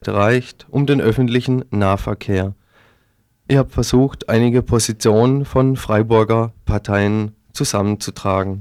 Hälfte reicht, um den öffentlichen Nahverkehr. Ich habe versucht, einige Positionen von Freiburger Parteien zusammenzutragen.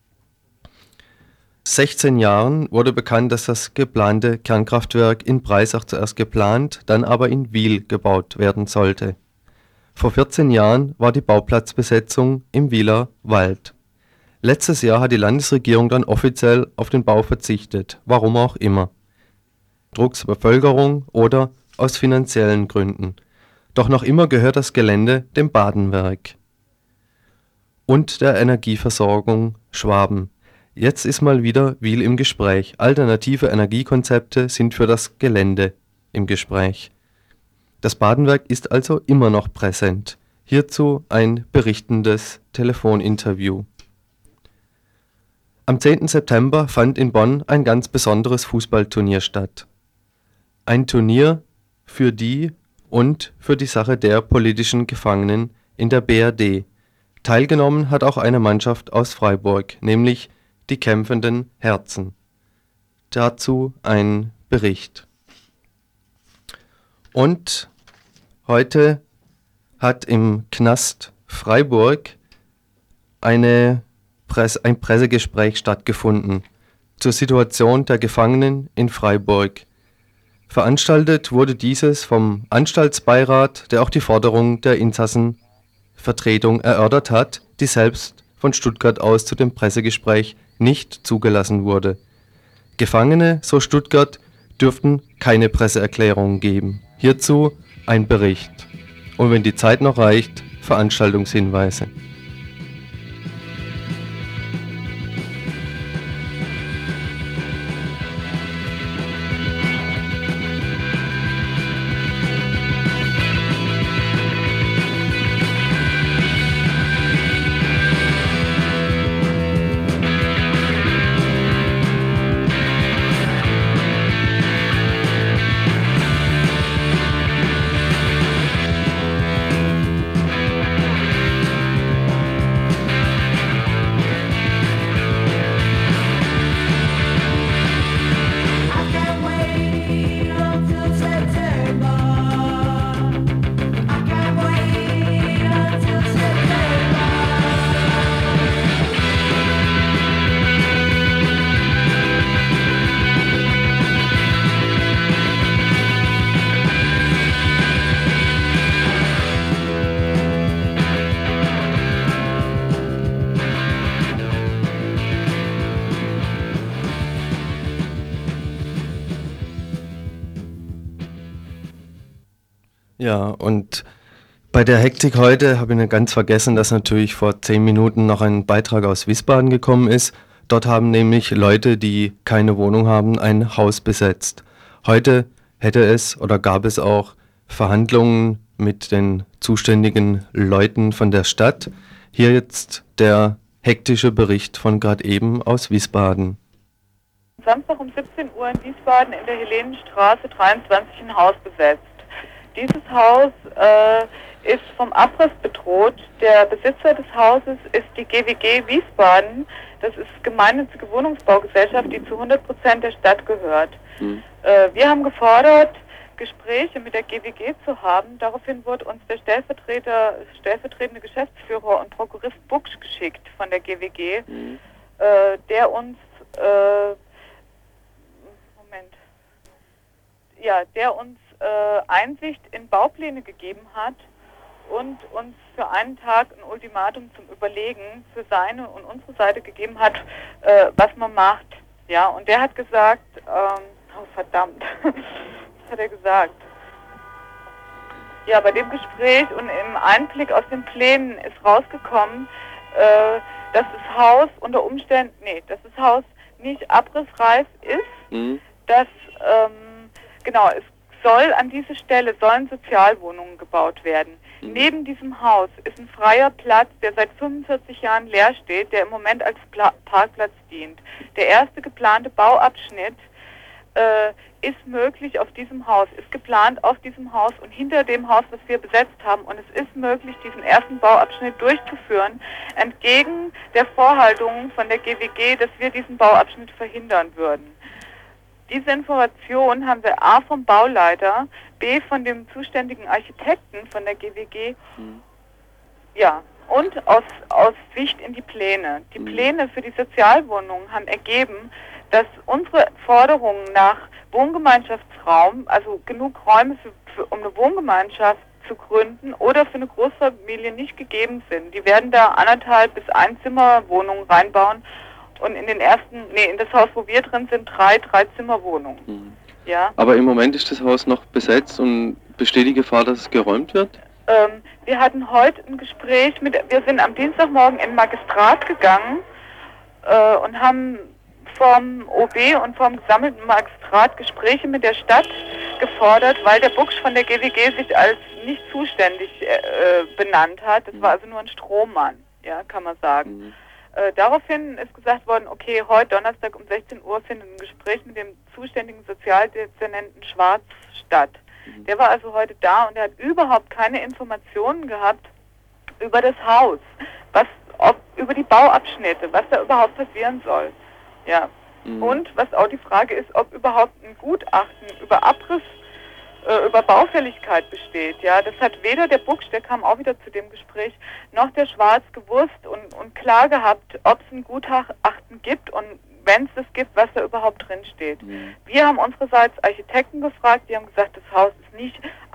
16 Jahren wurde bekannt, dass das geplante Kernkraftwerk in Breisach zuerst geplant, dann aber in Wil gebaut werden sollte. Vor 14 Jahren war die Bauplatzbesetzung im Wiler Wald. Letztes Jahr hat die Landesregierung dann offiziell auf den Bau verzichtet, warum auch immer. Drucks Bevölkerung oder aus finanziellen Gründen. Doch noch immer gehört das Gelände dem Badenwerk und der Energieversorgung Schwaben. Jetzt ist mal wieder Wil im Gespräch. Alternative Energiekonzepte sind für das Gelände im Gespräch. Das Badenwerk ist also immer noch präsent. Hierzu ein berichtendes Telefoninterview. Am 10. September fand in Bonn ein ganz besonderes Fußballturnier statt. Ein Turnier für die und für die Sache der politischen Gefangenen in der BRD. Teilgenommen hat auch eine Mannschaft aus Freiburg, nämlich die kämpfenden Herzen. Dazu ein Bericht. Und heute hat im Knast Freiburg ein Pressegespräch stattgefunden zur Situation der Gefangenen in Freiburg. Veranstaltet wurde dieses vom Anstaltsbeirat, der auch die Forderung der Insassenvertretung erörtert hat, die selbst von Stuttgart aus zu dem Pressegespräch nicht zugelassen wurde. Gefangene, so Stuttgart, dürften keine Presseerklärungen geben. Hierzu ein Bericht. Und wenn die Zeit noch reicht, Veranstaltungshinweise. Ja, und bei der Hektik heute habe ich ganz vergessen, dass natürlich vor 10 Minuten noch ein Beitrag aus Wiesbaden gekommen ist. Dort haben nämlich Leute, die keine Wohnung haben, ein Haus besetzt. Heute hätte es oder gab es auch Verhandlungen mit den zuständigen Leuten von der Stadt. Hier jetzt der hektische Bericht von gerade eben aus Wiesbaden. Samstag um 17 Uhr in Wiesbaden in der Helenenstraße 23 ein Haus besetzt. Dieses Haus ist vom Abriss bedroht. Der Besitzer des Hauses ist die GWG Wiesbaden. Das ist gemeinnützige Wohnungsbaugesellschaft, die zu 100% der Stadt gehört. Wir haben gefordert, Gespräche mit der GWG zu haben. Daraufhin wurde uns der stellvertretende Geschäftsführer und Prokurist Bucksch geschickt von der GWG, der uns Einsicht in Baupläne gegeben hat und uns für einen Tag ein Ultimatum zum Überlegen für seine und unsere Seite gegeben hat, was man macht. Ja, und der hat gesagt, oh verdammt, was hat er gesagt? Ja, bei dem Gespräch und im Einblick aus den Plänen ist rausgekommen, dass das Haus unter Umständen, dass das Haus nicht abrissreif ist, dass, es soll an diese Stelle sollen Sozialwohnungen gebaut werden. Neben diesem Haus ist ein freier Platz, der seit 45 Jahren leer steht, der im Moment als Parkplatz dient. Der erste geplante Bauabschnitt ist möglich auf diesem Haus, ist geplant auf diesem Haus und hinter dem Haus, was wir besetzt haben. Und es ist möglich, diesen ersten Bauabschnitt durchzuführen, entgegen der Vorhaltung von der GWG, dass wir diesen Bauabschnitt verhindern würden. Diese Information haben wir A vom Bauleiter, B von dem zuständigen Architekten von der GWG, ja, und aus Sicht in die Pläne. Die Pläne für die Sozialwohnungen haben ergeben, dass unsere Forderungen nach Wohngemeinschaftsraum, also genug Räume um eine Wohngemeinschaft zu gründen oder für eine Großfamilie nicht gegeben sind. Die werden da 1,5 bis 1 Zimmerwohnungen reinbauen und in das Haus, wo wir drin sind, 3 Zimmerwohnungen. Ja. Aber im Moment ist das Haus noch besetzt und besteht die Gefahr, dass es geräumt wird? Wir hatten heute ein Gespräch wir sind am Dienstagmorgen in den Magistrat gegangen und haben vom OB und vom gesammelten Magistrat Gespräche mit der Stadt gefordert, weil der Buksch von der GWG sich als nicht zuständig benannt hat. Das war also nur ein Strohmann, ja, kann man sagen. Daraufhin ist gesagt worden, okay, heute Donnerstag um 16 Uhr findet ein Gespräch mit dem zuständigen Sozialdezernenten Schwarz statt. Der war also heute da und er hat überhaupt keine Informationen gehabt über das Haus, über die Bauabschnitte, was da überhaupt passieren soll. Ja. Und was auch die Frage ist, ob überhaupt ein Gutachten über Abriss, über Baufälligkeit besteht. Ja, das hat weder der Buksch, der kam auch wieder zu dem Gespräch, noch der Schwarz gewusst und klar gehabt, ob es ein Gutachten gibt und wenn es das gibt, was da überhaupt drin steht. Wir haben unsererseits Architekten gefragt, die haben gesagt, das Haus ist nicht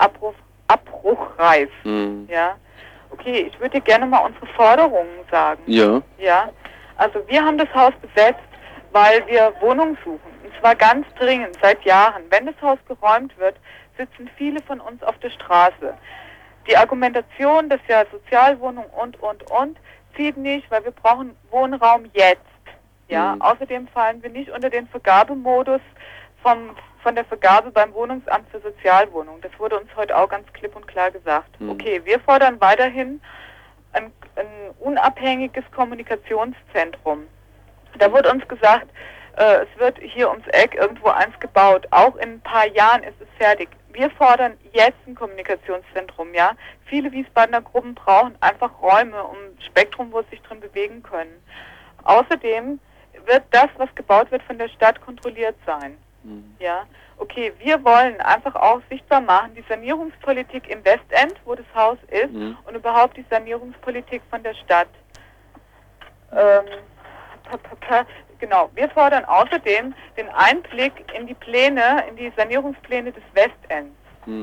abbruchreif. Ja. Okay, ich würde dir gerne mal unsere Forderungen sagen. Ja. Ja. Also wir haben das Haus besetzt, weil wir Wohnungen suchen. Und zwar ganz dringend, seit Jahren. Wenn das Haus geräumt wird, sitzen viele von uns auf der Straße. Die Argumentation, dass ja Sozialwohnung und, zieht nicht, weil wir brauchen Wohnraum jetzt. Ja, außerdem fallen wir nicht unter den Vergabemodus von der Vergabe beim Wohnungsamt für Sozialwohnungen. Das wurde uns heute auch ganz klipp und klar gesagt. Okay, wir fordern weiterhin ein unabhängiges Kommunikationszentrum. Da wurde uns gesagt, es wird hier ums Eck irgendwo eins gebaut. Auch in ein paar Jahren ist es fertig. Wir fordern jetzt ein Kommunikationszentrum, ja. Viele Wiesbadener Gruppen brauchen einfach Räume, ein Spektrum, wo sie sich drin bewegen können. Außerdem wird das, was gebaut wird, von der Stadt kontrolliert sein. Ja, okay, wir wollen einfach auch sichtbar machen, die Sanierungspolitik im Westend, wo das Haus ist, und überhaupt die Sanierungspolitik von der Stadt. Genau, wir fordern außerdem den Einblick in die Pläne, in die Sanierungspläne des Westends.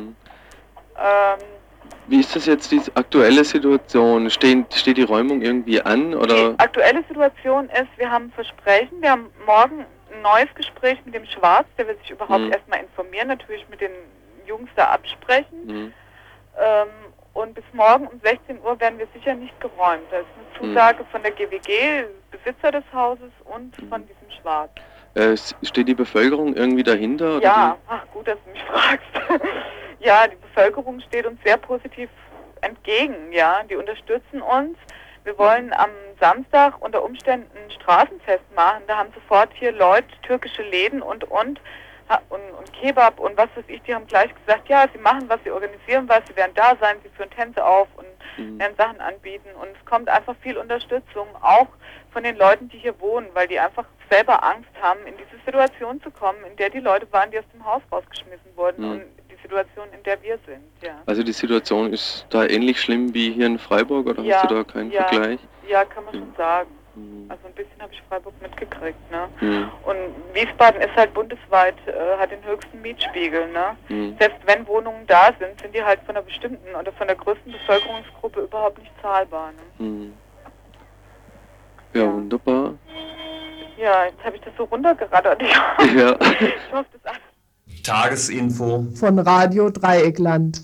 Wie ist das jetzt, die aktuelle Situation? Steht die Räumung irgendwie an? Oder? Die aktuelle Situation ist, wir haben Versprechen, wir haben morgen ein neues Gespräch mit dem Schwarz, der wird sich überhaupt erstmal informieren, natürlich mit den Jungs da absprechen. Und bis morgen um 16 Uhr werden wir sicher nicht geräumt. Das ist eine Zusage von der GWG, Besitzer des Hauses und von diesem Schwarz. Steht die Bevölkerung irgendwie dahinter? Oder ja, ach gut, dass du mich fragst. Ja, die Bevölkerung steht uns sehr positiv entgegen, ja. Die unterstützen uns. Wir wollen am Samstag unter Umständen ein Straßenfest machen. Da haben sofort hier Leute, türkische Läden und Kebab und was weiß ich, die haben gleich gesagt, ja, sie machen was, sie organisieren was, sie werden da sein, sie führen Tänze auf und werden Sachen anbieten. Und es kommt einfach viel Unterstützung, auch von den Leuten, die hier wohnen, weil die einfach selber Angst haben, in diese Situation zu kommen, in der die Leute waren, die aus dem Haus rausgeschmissen wurden und die Situation, in der wir sind. Ja. Also die Situation ist da ähnlich schlimm wie hier in Freiburg oder hast du da keinen Vergleich? Ja, kann man schon sagen. Also ein bisschen habe ich Freiburg mitgekriegt, ne? Und Wiesbaden ist halt bundesweit, hat den höchsten Mietspiegel, ne? Selbst wenn Wohnungen da sind, sind die halt von einer bestimmten oder von der größten Bevölkerungsgruppe überhaupt nicht zahlbar, ne? Ja, wunderbar. Ja, jetzt habe ich das so runtergerattert. Ich hoffe, das alles. Tagesinfo von Radio Dreieckland.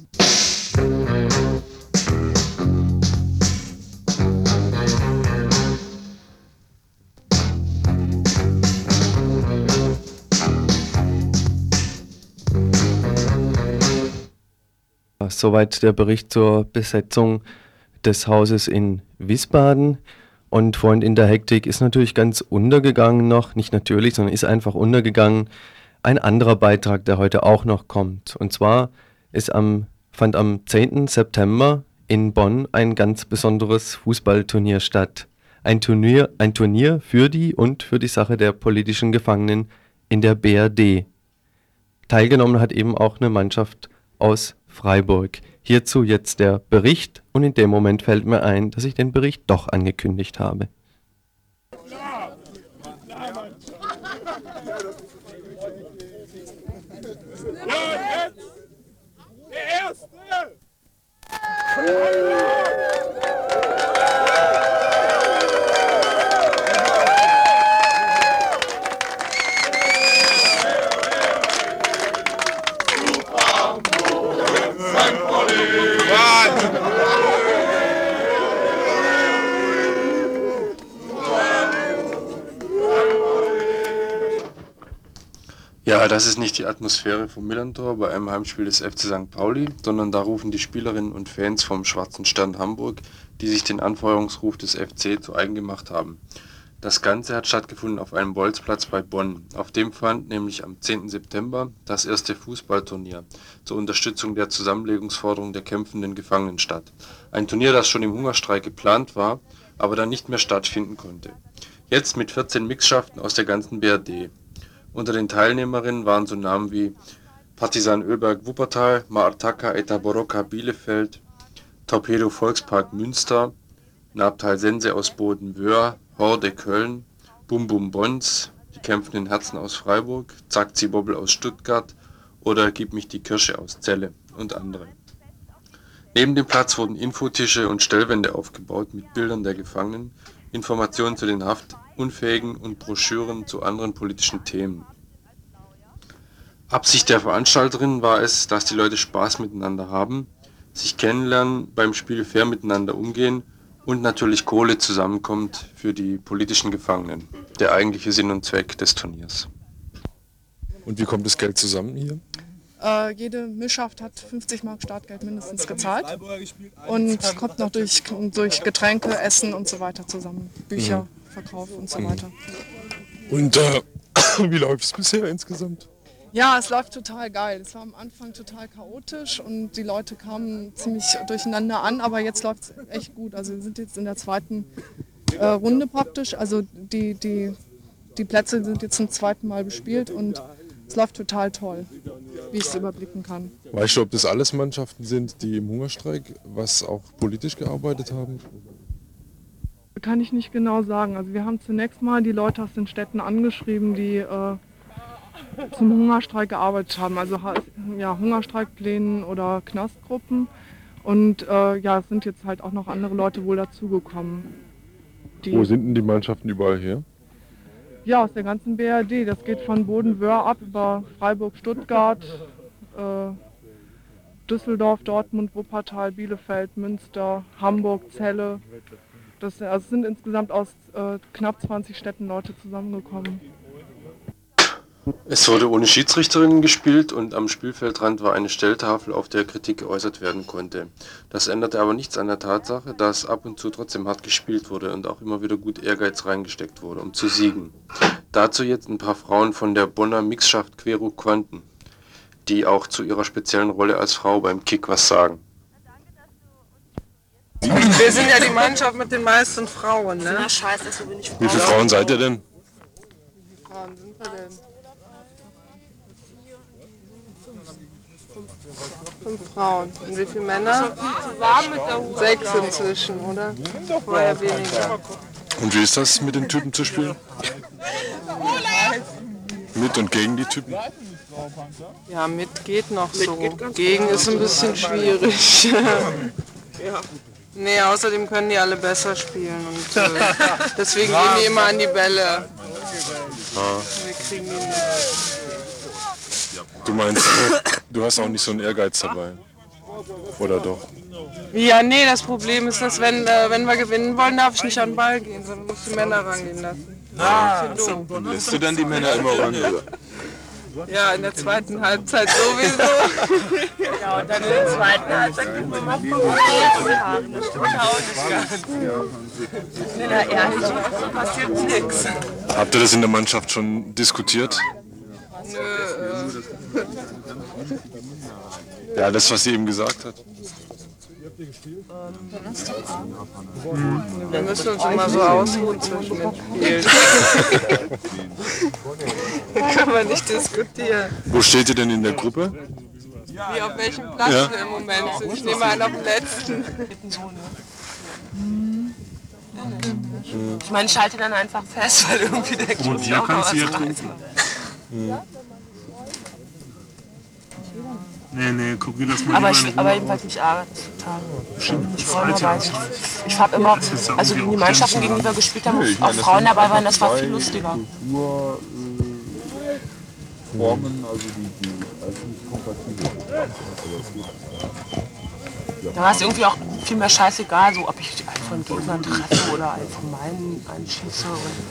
Soweit der Bericht zur Besetzung des Hauses in Wiesbaden. Und vorhin in der Hektik ist natürlich ganz untergegangen noch, nicht natürlich, sondern ist einfach untergegangen, ein anderer Beitrag, der heute auch noch kommt. Und zwar fand am 10. September in Bonn ein ganz besonderes Fußballturnier statt. Ein Turnier für die und für die Sache der politischen Gefangenen in der BRD. Teilgenommen hat eben auch eine Mannschaft aus Freiburg. Hierzu jetzt der Bericht und in dem Moment fällt mir ein, dass ich den Bericht doch angekündigt habe. Ja, das ist nicht die Atmosphäre vom Millerntor bei einem Heimspiel des FC St. Pauli, sondern da rufen die Spielerinnen und Fans vom Schwarzen Stern Hamburg, die sich den Anfeuerungsruf des FC zu eigen gemacht haben. Das Ganze hat stattgefunden auf einem Bolzplatz bei Bonn. Auf dem fand nämlich am 10. September das erste Fußballturnier zur Unterstützung der Zusammenlegungsforderung der kämpfenden Gefangenen statt. Ein Turnier, das schon im Hungerstreik geplant war, aber dann nicht mehr stattfinden konnte. Jetzt mit 14 Mixschaften aus der ganzen BRD. Unter den Teilnehmerinnen waren so Namen wie Partizan Oeberg Wuppertal, Maartaka Etaboroka Bielefeld, Torpedo Volkspark Münster, Nabtal Sense aus Boden-Wöhr, Horde Köln, Bum Bum Bons, die kämpfenden Herzen aus Freiburg, Zack Zibobbel aus Stuttgart oder Gib mich die Kirsche aus Celle und andere. Neben dem Platz wurden Infotische und Stellwände aufgebaut mit Bildern der Gefangenen, Informationen zu den Haftunfähigen und Broschüren zu anderen politischen Themen. Absicht der Veranstalterin war es, dass die Leute Spaß miteinander haben, sich kennenlernen, beim Spiel fair miteinander umgehen und natürlich Kohle zusammenkommt für die politischen Gefangenen, der eigentliche Sinn und Zweck des Turniers. Und wie kommt das Geld zusammen hier? Jede Mitschaft hat 50 Mark Startgeld mindestens gezahlt und kommt noch durch Getränke, Essen und so weiter zusammen, Bücher, Verkauf und so weiter. Und wie läuft es bisher insgesamt? Ja, es läuft total geil. Es war am Anfang total chaotisch und die Leute kamen ziemlich durcheinander an, aber jetzt läuft es echt gut. Also wir sind jetzt in der zweiten Runde praktisch, also die Plätze sind jetzt zum zweiten Mal bespielt und es läuft total toll, wie ich es überblicken kann. Weißt du, ob das alles Mannschaften sind, die im Hungerstreik was auch politisch gearbeitet haben? Kann ich nicht genau sagen. Also wir haben zunächst mal die Leute aus den Städten angeschrieben, die zum Hungerstreik gearbeitet haben. Also ja, Hungerstreikplänen oder Knastgruppen. Und ja, es sind jetzt halt auch noch andere Leute wohl dazugekommen. Wo sind denn die Mannschaften überall her? Ja, aus der ganzen BRD. Das geht von Boden-Wöhr ab über Freiburg, Stuttgart, Düsseldorf, Dortmund, Wuppertal, Bielefeld, Münster, Hamburg, Celle. Also es sind insgesamt aus knapp 20 Städten Leute zusammengekommen. Es wurde ohne Schiedsrichterinnen gespielt und am Spielfeldrand war eine Stelltafel, auf der Kritik geäußert werden konnte. Das änderte aber nichts an der Tatsache, dass ab und zu trotzdem hart gespielt wurde und auch immer wieder gut Ehrgeiz reingesteckt wurde, um zu siegen. Dazu jetzt ein paar Frauen von der Bonner Mixschaft Quero Quanten, die auch zu ihrer speziellen Rolle als Frau beim Kick was sagen. Wir sind ja die Mannschaft mit den meisten Frauen, ne? Na scheiße, so bin ich Frau. Wie viele Frauen seid ihr denn? Wie viele Frauen sind wir denn? 5 Frauen. Und wie viele Männer? 6 inzwischen, oder? Vorher weniger. Und wie ist das, mit den Typen zu spielen? Mit und gegen die Typen? Ja, mit geht noch so. Gegen ist ein bisschen schwierig. Nee, außerdem können die alle besser spielen und deswegen gehen die immer an die Bälle. Wir kriegen die nicht. Du meinst, du hast auch nicht so einen Ehrgeiz dabei? Oder doch? Ja, nee, das Problem ist, dass wenn wir gewinnen wollen, darf ich nicht an den Ball gehen, sondern muss die Männer rangehen lassen. Lässt du dann die Männer immer rangehen? Ja, in der zweiten Halbzeit sowieso. Ja, und dann in der zweiten Halbzeit können wir mal fahren. Das stimmt auch nicht ganz. Na ehrlich, passiert nichts. Habt ihr das in der Mannschaft schon diskutiert? Nö. Ja, das, was sie eben gesagt hat. Wir müssen uns immer so ausruhen zwischen den Spielen. Kann man nicht diskutieren. Wo steht ihr denn in der Gruppe? Wie auf welchem Platz wir im Moment sind. Ich nehme an auf dem letzten. Ich meine, ich schalte dann einfach fest, weil irgendwie denke ich, muss auch mal was reißen. Nee, guck dir das mal Aber jedenfalls mich ärgert das total. Ich freue mich weiter. Ich habe immer, also die Mannschaften gegenüber gespielt haben, auch Frauen dabei waren, das war viel lustiger. Formen, also die als nicht kompatibel sind. Da war es irgendwie auch viel mehr scheißegal, so ob ich einen von Gegnern treffe oder einen von meinen einschieße.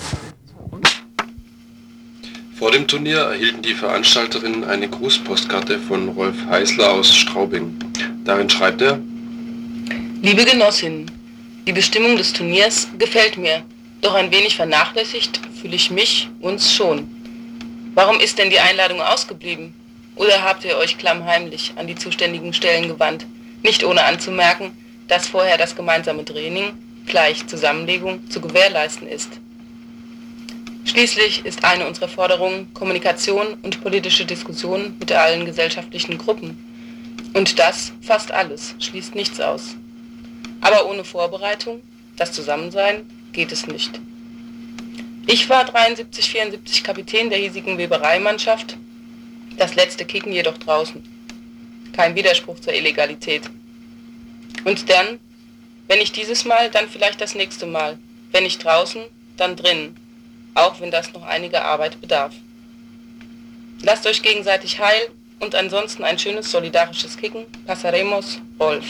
Vor dem Turnier erhielten die Veranstalterinnen eine Grußpostkarte von Rolf Heißler aus Straubing. Darin schreibt er: Liebe Genossinnen, die Bestimmung des Turniers gefällt mir, doch ein wenig vernachlässigt fühle ich mich, uns schon. Warum ist denn die Einladung ausgeblieben? Oder habt ihr euch klammheimlich an die zuständigen Stellen gewandt, nicht ohne anzumerken, dass vorher das gemeinsame Training, gleich Zusammenlegung, zu gewährleisten ist? Schließlich ist eine unserer Forderungen Kommunikation und politische Diskussion mit allen gesellschaftlichen Gruppen. Und das fast alles, schließt nichts aus. Aber ohne Vorbereitung, das Zusammensein, geht es nicht. Ich war 73-74 Kapitän der hiesigen Webereimannschaft, das letzte Kicken jedoch draußen. Kein Widerspruch zur Illegalität. Und dann, wenn nicht dieses Mal, dann vielleicht das nächste Mal. Wenn nicht draußen, dann drinnen. Auch wenn das noch einige Arbeit bedarf. Lasst euch gegenseitig heil und ansonsten ein schönes solidarisches Kicken. Pasaremos, Rolf.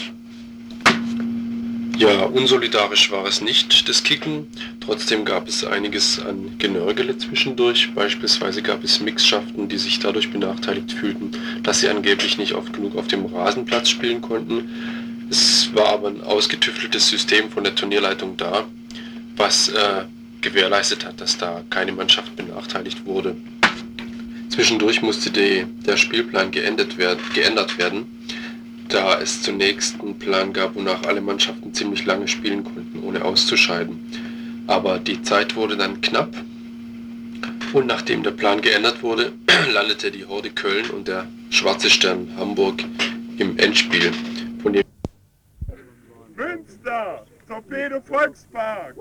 Ja, unsolidarisch war es nicht, das Kicken. Trotzdem gab es einiges an Genörgele zwischendurch. Beispielsweise gab es Mixschaften, die sich dadurch benachteiligt fühlten, dass sie angeblich nicht oft genug auf dem Rasenplatz spielen konnten. Es war aber ein ausgetüfteltes System von der Turnierleitung da, was gewährleistet hat, dass da keine Mannschaft benachteiligt wurde. Zwischendurch musste der Spielplan geändert werden, da es zunächst einen Plan gab, wonach alle Mannschaften ziemlich lange spielen konnten, ohne auszuscheiden. Aber die Zeit wurde dann knapp und nachdem der Plan geändert wurde, landete die Horde Köln und der Schwarze Stern Hamburg im Endspiel. Von dem Münster, Torpedo Volkspark!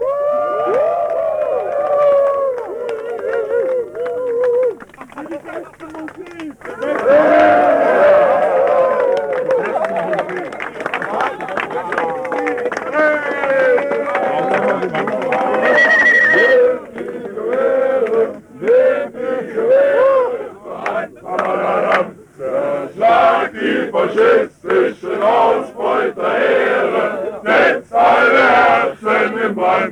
Die beste Musik! Schlag die faschistischen Ausbeuterheere, setzt alle Herzen im Brand.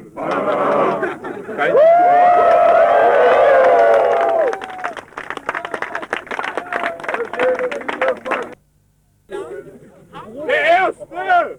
Der Erste!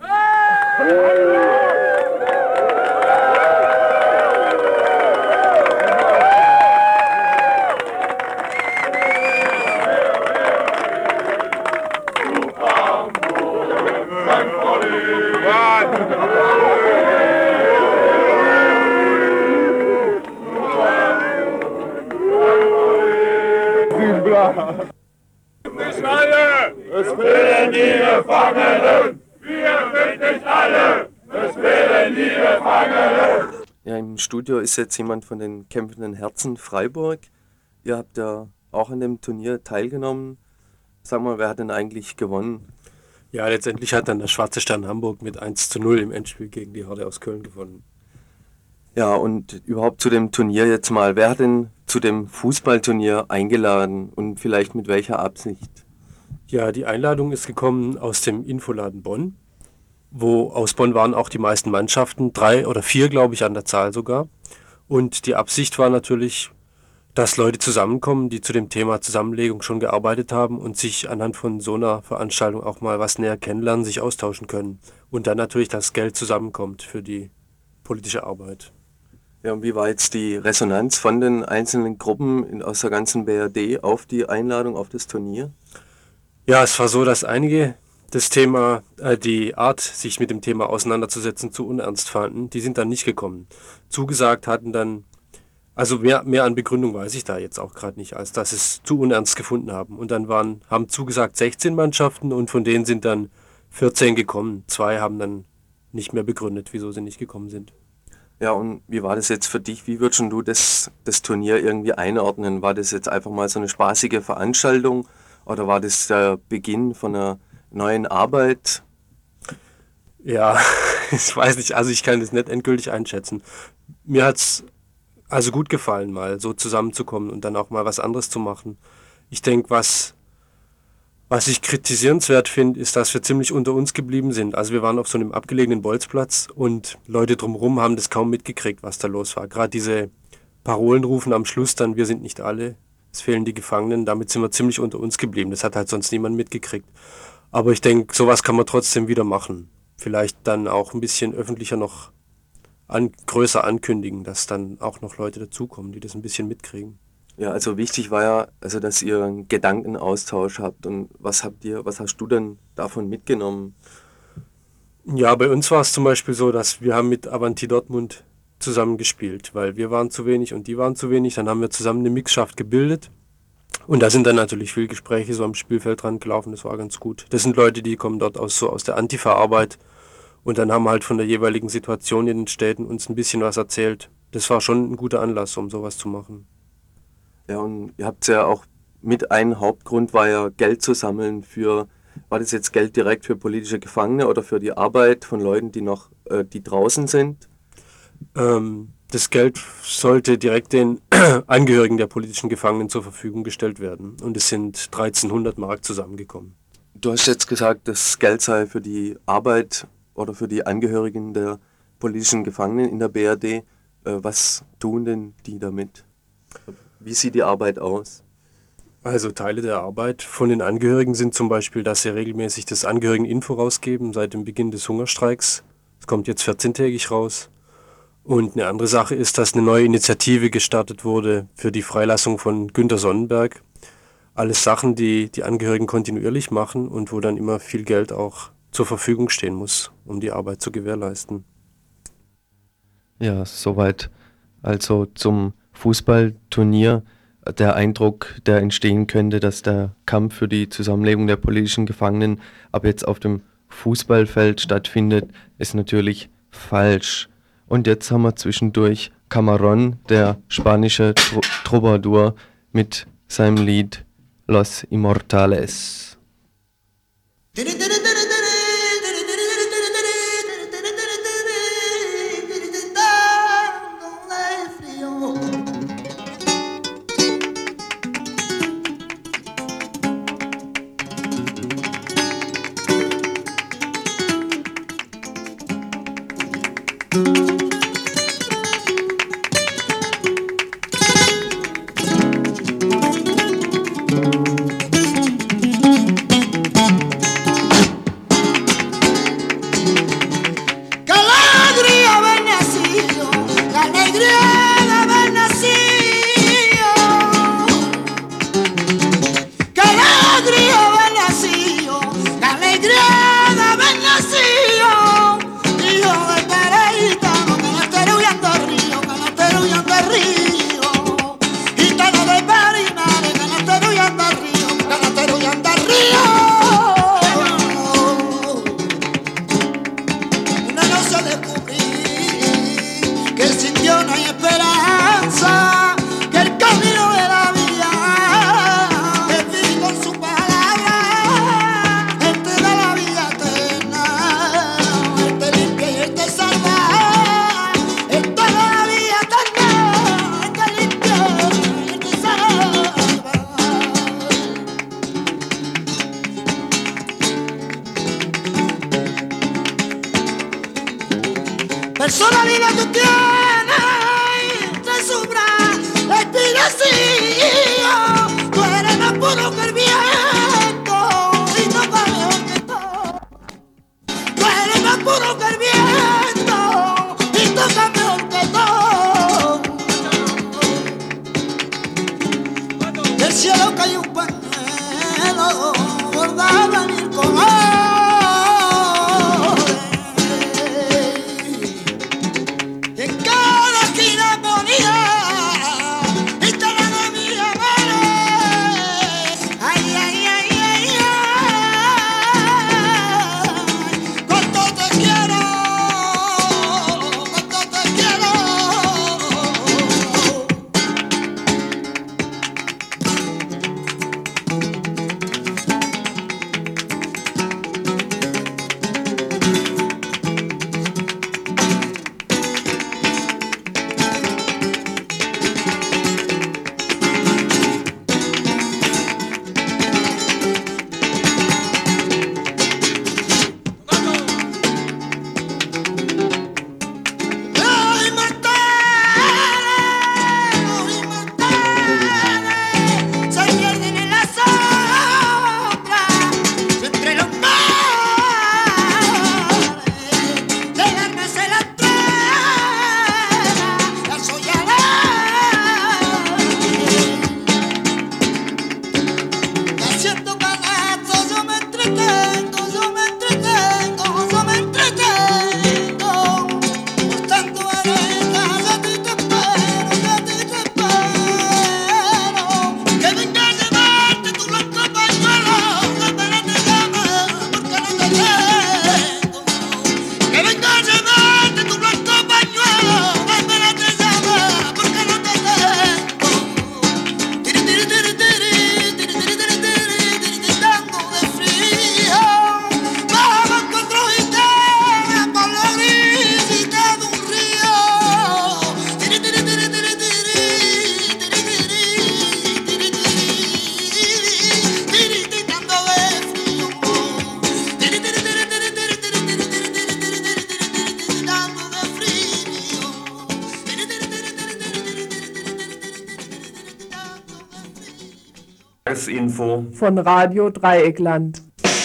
Nicht alle! Es fehlen die Gefangenen! Wir sind nicht alle! Es fehlen die Gefangenen! Ja, im Studio ist jetzt jemand von den kämpfenden Herzen Freiburg. Ihr habt ja auch an dem Turnier teilgenommen. Sag mal, wer hat denn eigentlich gewonnen? Ja, letztendlich hat dann der Schwarze Stern Hamburg mit 1:0 im Endspiel gegen die Horde aus Köln gewonnen. Ja, und überhaupt zu dem Turnier jetzt mal. Wer hat denn zu dem Fußballturnier eingeladen und vielleicht mit welcher Absicht? Ja, die Einladung ist gekommen aus dem Infoladen Bonn, wo aus Bonn waren auch die meisten Mannschaften, 3 oder 4, glaube ich, an der Zahl sogar. Und die Absicht war natürlich, dass Leute zusammenkommen, die zu dem Thema Zusammenlegung schon gearbeitet haben und sich anhand von so einer Veranstaltung auch mal was näher kennenlernen, sich austauschen können. Und dann natürlich das Geld zusammenkommt für die politische Arbeit. Ja, und wie war jetzt die Resonanz von den einzelnen Gruppen aus der ganzen BRD auf die Einladung auf das Turnier? Ja, es war so, dass einige das Thema, die Art, sich mit dem Thema auseinanderzusetzen, zu unernst fanden. Die sind dann nicht gekommen. Zugesagt hatten dann, also mehr an Begründung weiß ich da jetzt auch gerade nicht, als dass es zu unernst gefunden haben. Und dann haben zugesagt 16 Mannschaften und von denen sind dann 14 gekommen. 2 haben dann nicht mehr begründet, wieso sie nicht gekommen sind. Ja, und wie war das jetzt für dich? Wie würdest du das Turnier irgendwie einordnen? War das jetzt einfach mal so eine spaßige Veranstaltung oder war das der Beginn von einer neuen Arbeit? Ja, ich weiß nicht, also ich kann das nicht endgültig einschätzen. Mir hat es also gut gefallen, mal so zusammenzukommen und dann auch mal was anderes zu machen. Ich denke, was ich kritisierenswert finde, ist, dass wir ziemlich unter uns geblieben sind. Also wir waren auf so einem abgelegenen Bolzplatz und Leute drumherum haben das kaum mitgekriegt, was da los war. Gerade diese Parolen rufen am Schluss dann, wir sind nicht alle, es fehlen die Gefangenen, damit sind wir ziemlich unter uns geblieben. Das hat halt sonst niemand mitgekriegt. Aber ich denke, sowas kann man trotzdem wieder machen. Vielleicht dann auch ein bisschen öffentlicher noch größer ankündigen, dass dann auch noch Leute dazukommen, die das ein bisschen mitkriegen. Ja, also wichtig war ja, also dass ihr einen Gedankenaustausch habt. Und was hast du denn davon mitgenommen? Ja, bei uns war es zum Beispiel so, dass wir haben mit Avanti Dortmund zusammen gespielt, weil wir waren zu wenig und die waren zu wenig. Dann haben wir zusammen eine Mixschaft gebildet. Und da sind dann natürlich viele Gespräche so am Spielfeld dran gelaufen, das war ganz gut. Das sind Leute, die kommen dort aus der Antifa-Arbeit und dann haben wir halt von der jeweiligen Situation in den Städten uns ein bisschen was erzählt. Das war schon ein guter Anlass, um sowas zu machen. Ja, und ihr habt ja auch mit einem Hauptgrund war ja Geld zu sammeln war das jetzt Geld direkt für politische Gefangene oder für die Arbeit von Leuten, die draußen sind? Das Geld sollte direkt den Angehörigen der politischen Gefangenen zur Verfügung gestellt werden. Und es sind 1300 Mark zusammengekommen. Du hast jetzt gesagt, das Geld sei für die Arbeit oder für die Angehörigen der politischen Gefangenen in der BRD. Was tun denn die damit? Wie sieht die Arbeit aus? Also Teile der Arbeit von den Angehörigen sind zum Beispiel, dass sie regelmäßig das Angehörigen-Info rausgeben seit dem Beginn des Hungerstreiks. Es kommt jetzt 14-tägig raus. Und eine andere Sache ist, dass eine neue Initiative gestartet wurde für die Freilassung von Günter Sonnenberg. Alles Sachen, die die Angehörigen kontinuierlich machen und wo dann immer viel Geld auch zur Verfügung stehen muss, um die Arbeit zu gewährleisten. Ja, soweit also zum Fußballturnier. Der Eindruck, der entstehen könnte, dass der Kampf für die Zusammenlegung der politischen Gefangenen ab jetzt auf dem Fußballfeld stattfindet, ist natürlich falsch. Und jetzt haben wir zwischendurch Camarón, der spanische Troubadour, mit seinem Lied Los Inmortales. Personalidad tú tienes, te sobra la inspiración. Tú eres más puro que el viento y toca mejor que todo. Tú eres más puro que el viento y toca mejor que todo. Del cielo cayó un pañuelo bordado en el color. Tagesinfo von Radio Dreieckland.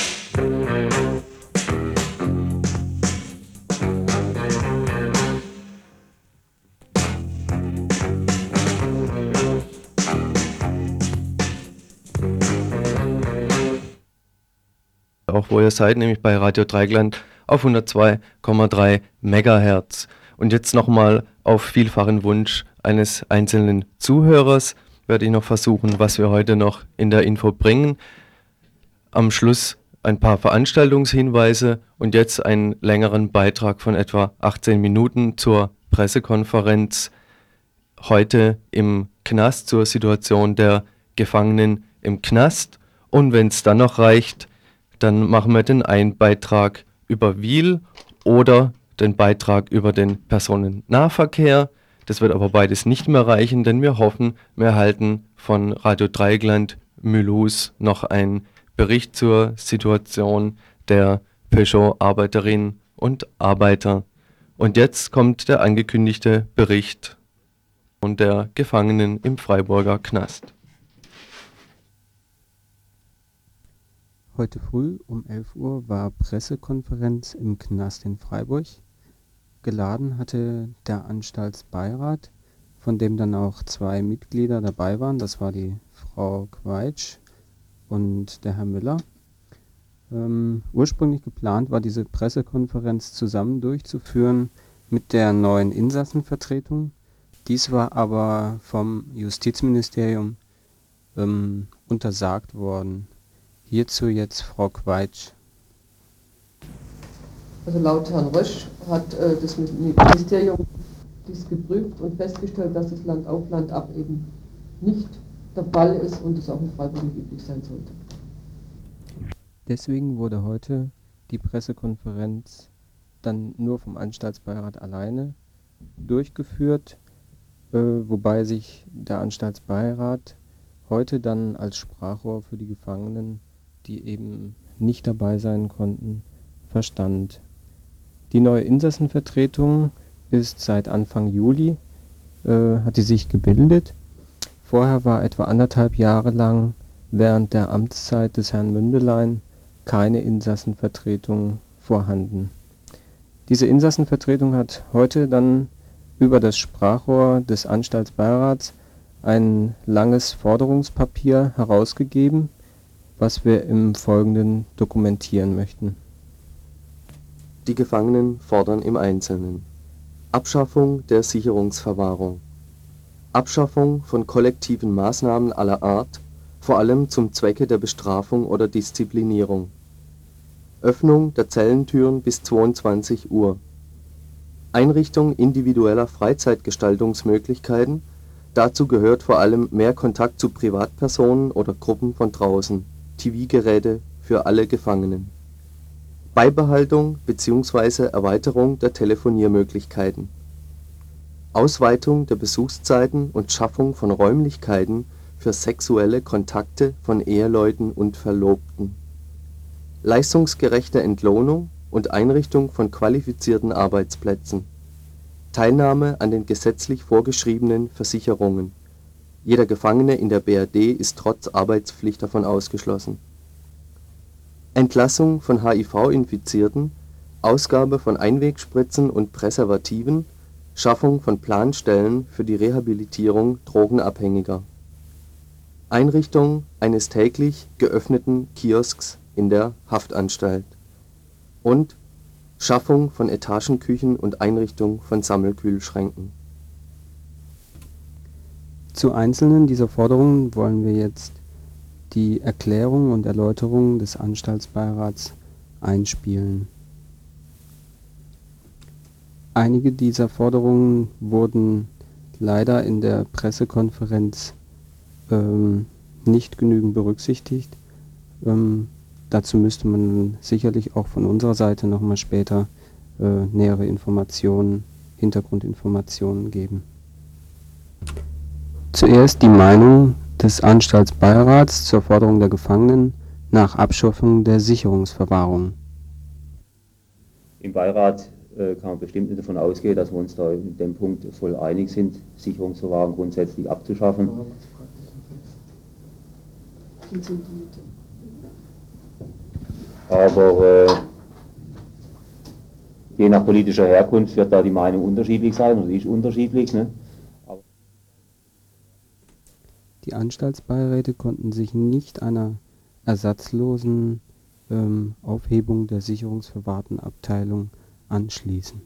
Auch wo ihr seid, nämlich bei Radio Dreieckland auf 102,3 Megahertz. Und jetzt nochmal auf vielfachen Wunsch eines einzelnen Zuhörers werde ich noch versuchen, was wir heute noch in der Info bringen. Am Schluss ein paar Veranstaltungshinweise und jetzt einen längeren Beitrag von etwa 18 Minuten zur Pressekonferenz heute im Knast, zur Situation der Gefangenen im Knast. Und wenn es dann noch reicht, dann machen wir den einen Beitrag über Wil oder den Beitrag über den Personennahverkehr. Das wird aber beides nicht mehr reichen, denn wir hoffen, wir erhalten von Radio Dreieckland Mulhouse noch einen Bericht zur Situation der Peugeot-Arbeiterinnen und Arbeiter. Und jetzt kommt der angekündigte Bericht von der Gefangenen im Freiburger Knast. Heute früh um 11 Uhr war Pressekonferenz im Knast in Freiburg. Geladen hatte der Anstaltsbeirat, von dem dann auch 2 Mitglieder dabei waren. Das war die Frau Quaitsch und der Herr Müller. Ursprünglich geplant war diese Pressekonferenz zusammen durchzuführen mit der neuen Insassenvertretung. Dies war aber vom Justizministerium untersagt worden. Hierzu jetzt Frau Quaitsch. Also laut Herrn Rösch hat das Ministerium dies geprüft und festgestellt, dass das Land auf Land ab eben nicht der Fall ist und es auch in Freiburg nicht üblich sein sollte. Deswegen wurde heute die Pressekonferenz dann nur vom Anstaltsbeirat alleine durchgeführt, wobei sich der Anstaltsbeirat heute dann als Sprachrohr für die Gefangenen, die eben nicht dabei sein konnten, verstand. Die neue Insassenvertretung ist seit Anfang Juli, hat sie sich gebildet. Vorher war etwa 1,5 Jahre lang während der Amtszeit des Herrn Mündelein keine Insassenvertretung vorhanden. Diese Insassenvertretung hat heute dann über das Sprachrohr des Anstaltsbeirats ein langes Forderungspapier herausgegeben, was wir im Folgenden dokumentieren möchten. Die Gefangenen fordern im Einzelnen: Abschaffung der Sicherungsverwahrung, Abschaffung von kollektiven Maßnahmen aller Art, vor allem zum Zwecke der Bestrafung oder Disziplinierung, Öffnung der Zellentüren bis 22 Uhr, Einrichtung individueller Freizeitgestaltungsmöglichkeiten. Dazu gehört vor allem mehr Kontakt zu Privatpersonen oder Gruppen von draußen, TV-Geräte für alle Gefangenen. Beibehaltung bzw. Erweiterung der Telefoniermöglichkeiten. Ausweitung der Besuchszeiten und Schaffung von Räumlichkeiten für sexuelle Kontakte von Eheleuten und Verlobten. Leistungsgerechte Entlohnung und Einrichtung von qualifizierten Arbeitsplätzen. Teilnahme an den gesetzlich vorgeschriebenen Versicherungen. Jeder Gefangene in der BRD ist trotz Arbeitspflicht davon ausgeschlossen. Entlassung von HIV-Infizierten, Ausgabe von Einwegspritzen und Präservativen, Schaffung von Planstellen für die Rehabilitierung Drogenabhängiger. Einrichtung eines täglich geöffneten Kiosks in der Haftanstalt. Und Schaffung von Etagenküchen und Einrichtung von Sammelkühlschränken. Zu einzelnen dieser Forderungen wollen wir jetzt die Erklärung und Erläuterung des Anstaltsbeirats einspielen. Einige dieser Forderungen wurden leider in der Pressekonferenz nicht genügend berücksichtigt. Dazu müsste man sicherlich auch von unserer Seite nochmal später nähere Informationen, Hintergrundinformationen geben. Zuerst die Meinung des Anstaltsbeirats zur Forderung der Gefangenen nach Abschaffung der Sicherungsverwahrung. Im Beirat kann man bestimmt nicht davon ausgehen, dass wir uns da in dem Punkt voll einig sind, Sicherungsverwahrung grundsätzlich abzuschaffen. Verhaften sind die Miete. Aber je nach politischer Herkunft wird da die Meinung unterschiedlich sein oder ist unterschiedlich. Ne? Die Anstaltsbeiräte konnten sich nicht einer ersatzlosen Aufhebung der Sicherungsverwahrtenabteilung anschließen.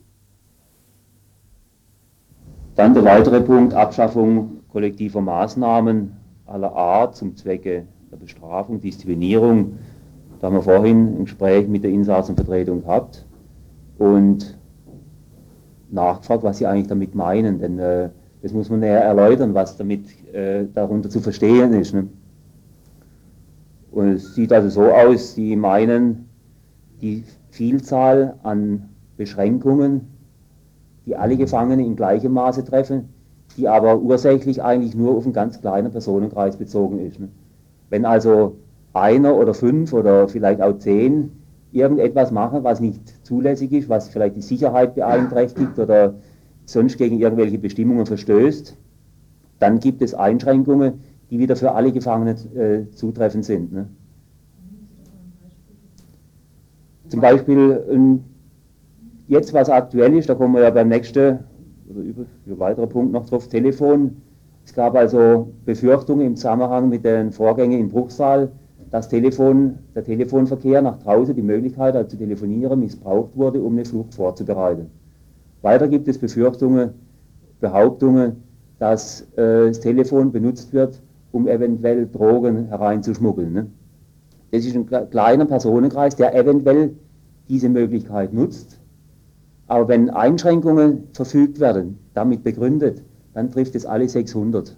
Dann der weitere Punkt, Abschaffung kollektiver Maßnahmen aller Art zum Zwecke der Bestrafung, Disziplinierung. Da haben wir vorhin ein Gespräch mit der Insassenvertretung gehabt und nachgefragt, was sie eigentlich damit meinen, denn das muss man näher erläutern, was damit darunter zu verstehen ist. Ne? Und es sieht also so aus, sie meinen die Vielzahl an Beschränkungen, die alle Gefangene in gleichem Maße treffen, die aber ursächlich eigentlich nur auf einen ganz kleinen Personenkreis bezogen ist. Ne? Wenn also einer oder 5 oder vielleicht auch 10 irgendetwas machen, was nicht zulässig ist, was vielleicht die Sicherheit beeinträchtigt oder sonst gegen irgendwelche Bestimmungen verstößt, dann gibt es Einschränkungen, die wieder für alle Gefangenen zutreffend sind. Ne? Zum Beispiel, jetzt was aktuell ist, da kommen wir ja beim nächsten oder über weiterer Punkt noch drauf, Telefon. Es gab also Befürchtungen im Zusammenhang mit den Vorgängen in Bruchsal, dass der Telefonverkehr nach draußen, die Möglichkeit also zu telefonieren, missbraucht wurde, um eine Flucht vorzubereiten. Weiter gibt es Befürchtungen, Behauptungen, dass das Telefon benutzt wird, um eventuell Drogen hereinzuschmuggeln. Ne? Das ist ein kleiner Personenkreis, der eventuell diese Möglichkeit nutzt. Aber wenn Einschränkungen verfügt werden, damit begründet, dann trifft es alle 600.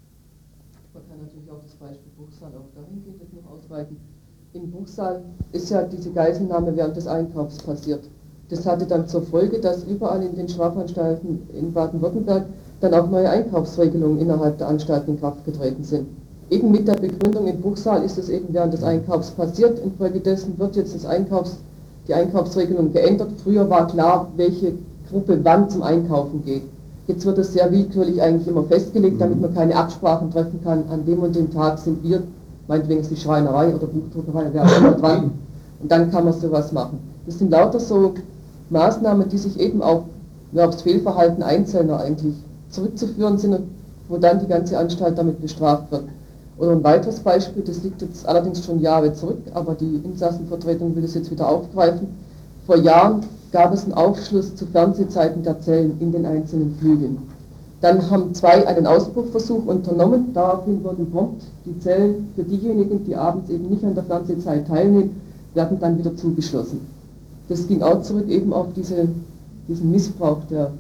Man kann natürlich auch das Beispiel Bruchsal auch dahingehend noch ausweiten. In Bruchsal ist ja diese Geiselnahme während des Einkaufs passiert. Das hatte dann zur Folge, dass überall in den Strafanstalten in Baden-Württemberg dann auch neue Einkaufsregelungen innerhalb der Anstalten in Kraft getreten sind. Eben mit der Begründung, in Bruchsal ist es eben während des Einkaufs passiert. Infolgedessen wird jetzt die Einkaufsregelung geändert. Früher war klar, welche Gruppe wann zum Einkaufen geht. Jetzt wird es sehr willkürlich eigentlich immer festgelegt, damit man keine Absprachen treffen kann. An dem und dem Tag sind wir, meinetwegen ist die Schreinerei oder Buchdruckerei, wer auch immer dran. Und dann kann man sowas machen. Das sind lauter so Maßnahmen, die sich eben auch aufs Fehlverhalten Einzelner eigentlich zurückzuführen sind und wo dann die ganze Anstalt damit bestraft wird. Oder ein weiteres Beispiel, das liegt jetzt allerdings schon Jahre zurück, aber die Insassenvertretung will das jetzt wieder aufgreifen. Vor Jahren gab es einen Aufschluss zu Fernsehzeiten der Zellen in den einzelnen Flügeln. Dann haben 2 einen Ausbruchversuch unternommen, daraufhin wurden prompt die Zellen für diejenigen, die abends eben nicht an der Fernsehzeit teilnehmen, werden dann wieder zugeschlossen. Das ging auch zurück eben auf diesen Missbrauch der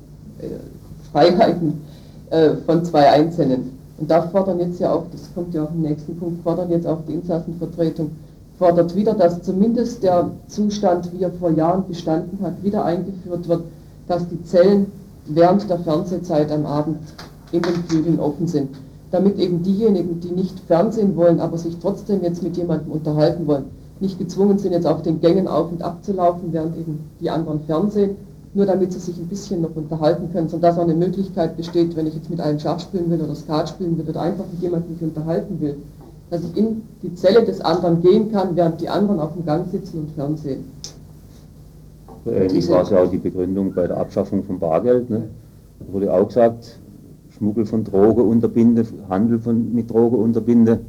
Freiheiten von 2 Einzelnen. Und da fordern jetzt ja auch, das kommt ja auch im nächsten Punkt, fordern jetzt auch die Insassenvertretung, fordert wieder, dass zumindest der Zustand, wie er vor Jahren bestanden hat, wieder eingeführt wird, dass die Zellen während der Fernsehzeit am Abend in den Flügeln offen sind. Damit eben diejenigen, die nicht Fernsehen wollen, aber sich trotzdem jetzt mit jemandem unterhalten wollen, nicht gezwungen sind, jetzt auf den Gängen auf und ab zu laufen, während eben die anderen Fernsehen, nur damit sie sich ein bisschen noch unterhalten können, sodass auch eine Möglichkeit besteht, wenn ich jetzt mit einem Schach spielen will oder Skat spielen will oder einfach mit jemandem mich unterhalten will, dass ich in die Zelle des anderen gehen kann, während die anderen auf dem Gang sitzen und Fernsehen. Ähnlich war es ja auch die Begründung bei der Abschaffung von Bargeld. Ne? Da wurde auch gesagt, Schmuggel von Drogen unterbinden, Handel mit Drogen unterbinden.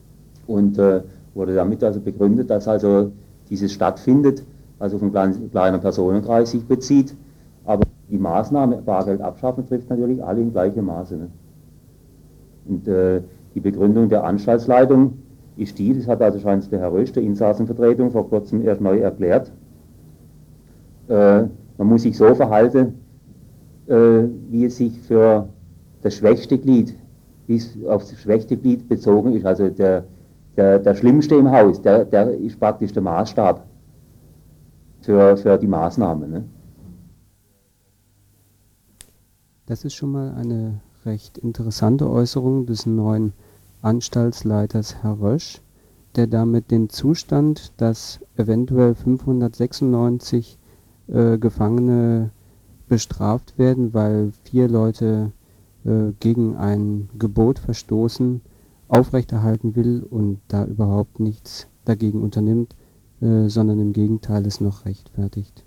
Und wurde damit also begründet, dass also dieses stattfindet, also von kleiner Personenkreis sich bezieht. Aber die Maßnahme Bargeld abschaffen trifft natürlich alle in gleichem Maße. Ne? Und die Begründung der Anstaltsleitung ist die, das hat also scheint der Herr Rösch, der Insassenvertretung, vor kurzem erst neu erklärt. Man muss sich so verhalten, wie es sich für das schwächste Glied, wie es auf das schwächste Glied bezogen ist, also der Schlimmste im Haus, der ist praktisch der Maßstab für die Maßnahme. Ne? Das ist schon mal eine recht interessante Äußerung des neuen Anstaltsleiters Herr Rösch, der damit den Zustand, dass eventuell 596 Gefangene bestraft werden, weil 4 Leute gegen ein Gebot verstoßen aufrechterhalten will und da überhaupt nichts dagegen unternimmt, sondern im Gegenteil es noch rechtfertigt.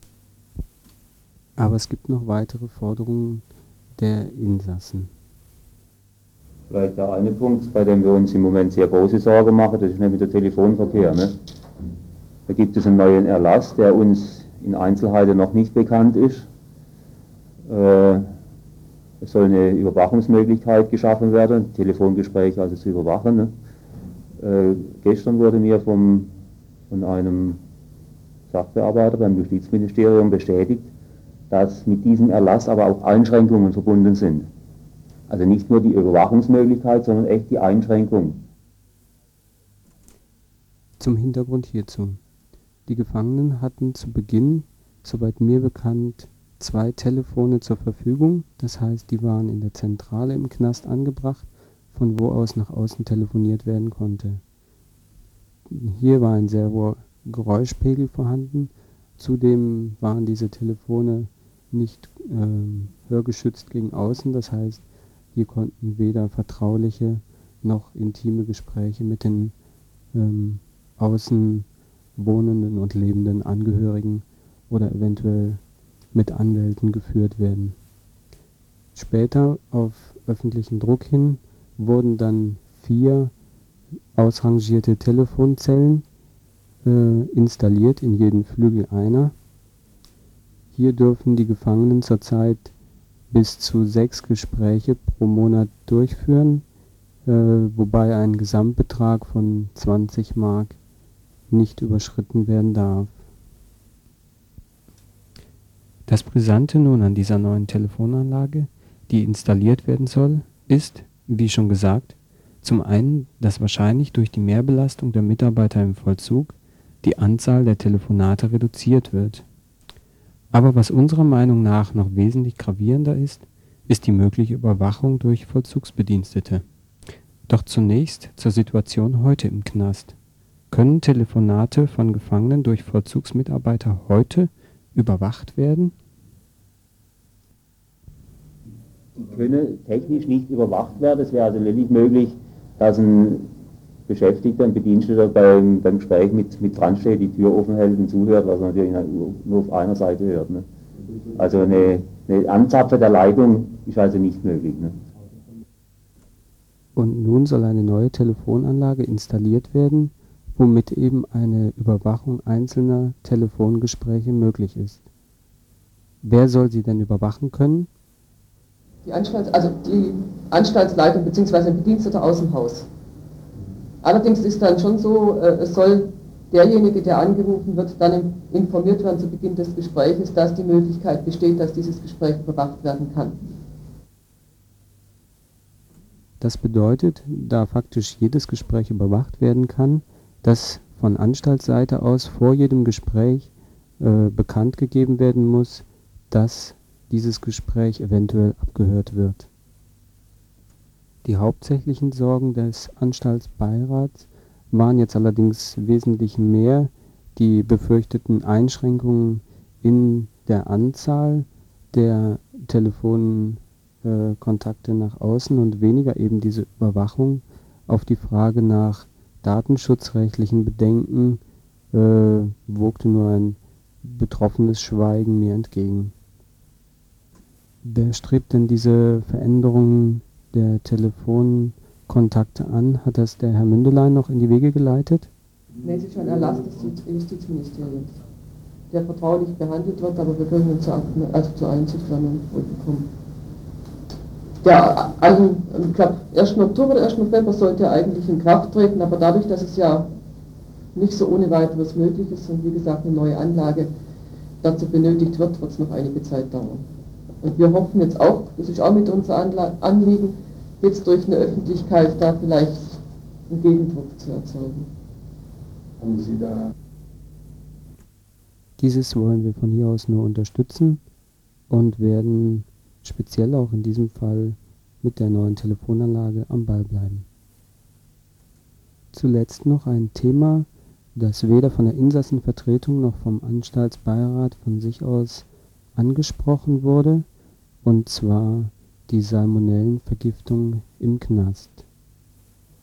Aber es gibt noch weitere Forderungen der Insassen. Vielleicht der eine Punkt, bei dem wir uns im Moment sehr große Sorge machen, das ist nämlich der Telefonverkehr. Ne? Da gibt es einen neuen Erlass, der uns in Einzelheiten noch nicht bekannt ist. Es soll eine Überwachungsmöglichkeit geschaffen werden, Telefongespräche also zu überwachen. Ne? Gestern wurde mir von einem Sachbearbeiter beim Justizministerium bestätigt, dass mit diesem Erlass aber auch Einschränkungen verbunden sind. Also nicht nur die Überwachungsmöglichkeit, sondern echt die Einschränkung. Zum Hintergrund hierzu. Die Gefangenen hatten zu Beginn, soweit mir bekannt, 2 Telefone zur Verfügung. Das heißt, die waren in der Zentrale im Knast angebracht, von wo aus nach außen telefoniert werden konnte. Hier war ein sehr hoher Geräuschpegel vorhanden. Zudem waren diese Telefone nicht hörgeschützt gegen außen. Das heißt, hier konnten weder vertrauliche noch intime Gespräche mit den außen wohnenden und lebenden Angehörigen oder eventuell mit Anwälten geführt werden. Später, auf öffentlichen Druck hin, wurden dann 4 ausrangierte Telefonzellen installiert, in jedem Flügel einer. Hier dürfen die Gefangenen zurzeit bis zu 6 Gespräche pro Monat durchführen, wobei ein Gesamtbetrag von 20 Mark nicht überschritten werden darf. Das Brisante nun an dieser neuen Telefonanlage, die installiert werden soll, ist, wie schon gesagt, zum einen, dass wahrscheinlich durch die Mehrbelastung der Mitarbeiter im Vollzug die Anzahl der Telefonate reduziert wird. Aber was unserer Meinung nach noch wesentlich gravierender ist die mögliche Überwachung durch Vollzugsbedienstete. Doch zunächst zur Situation heute im Knast. Können Telefonate von Gefangenen durch Vollzugsmitarbeiter heute überwacht werden? Die können technisch nicht überwacht werden. Es wäre also lediglich möglich, dass ein Beschäftigter, ein Bediensteter beim Gespräch mit dran steht, die Tür offen hält und zuhört, was man natürlich nur auf einer Seite hört. Ne? Also eine Anzapfen der Leitung ist also nicht möglich. Ne? Und nun soll eine neue Telefonanlage installiert werden, womit eben eine Überwachung einzelner Telefongespräche möglich ist. Wer soll sie denn überwachen können? Die Anstaltsleitung bzw. ein Bediensteter aus dem Haus. Allerdings ist dann schon so, es soll derjenige, der angerufen wird, dann informiert werden zu Beginn des Gespräches, dass die Möglichkeit besteht, dass dieses Gespräch überwacht werden kann. Das bedeutet, da faktisch jedes Gespräch überwacht werden kann, dass von Anstaltsseite aus vor jedem Gespräch bekannt gegeben werden muss, dass dieses Gespräch eventuell abgehört wird. Die hauptsächlichen Sorgen des Anstaltsbeirats waren jetzt allerdings wesentlich mehr die befürchteten Einschränkungen in der Anzahl der Telefonkontakte nach außen und weniger eben diese Überwachung. Auf die Frage nach datenschutzrechtlichen Bedenken wogte nur ein betroffenes Schweigen mir entgegen. Wer strebt denn diese Veränderungen der Telefonkontakte an? Hat das der Herr Mündelein noch in die Wege geleitet? Nee, es ist ein Erlass des Justizministeriums, der vertraulich behandelt wird, aber wir können uns zur Einsicht bekommen. Ja, ich glaube, 1. Oktober oder 1. November sollte er eigentlich in Kraft treten, aber dadurch, dass es ja nicht so ohne weiteres möglich ist und wie gesagt eine neue Anlage dazu benötigt wird, wird es noch einige Zeit dauern. Und wir hoffen jetzt auch, das ist auch mit unser Anliegen, jetzt durch eine Öffentlichkeit da vielleicht einen Gegendruck zu erzeugen. Haben Sie da? Dieses wollen wir von hier aus nur unterstützen und werden speziell auch in diesem Fall mit der neuen Telefonanlage am Ball bleiben. Zuletzt noch ein Thema, das weder von der Insassenvertretung noch vom Anstaltsbeirat von sich aus angesprochen wurde, und zwar die Salmonellenvergiftung im Knast.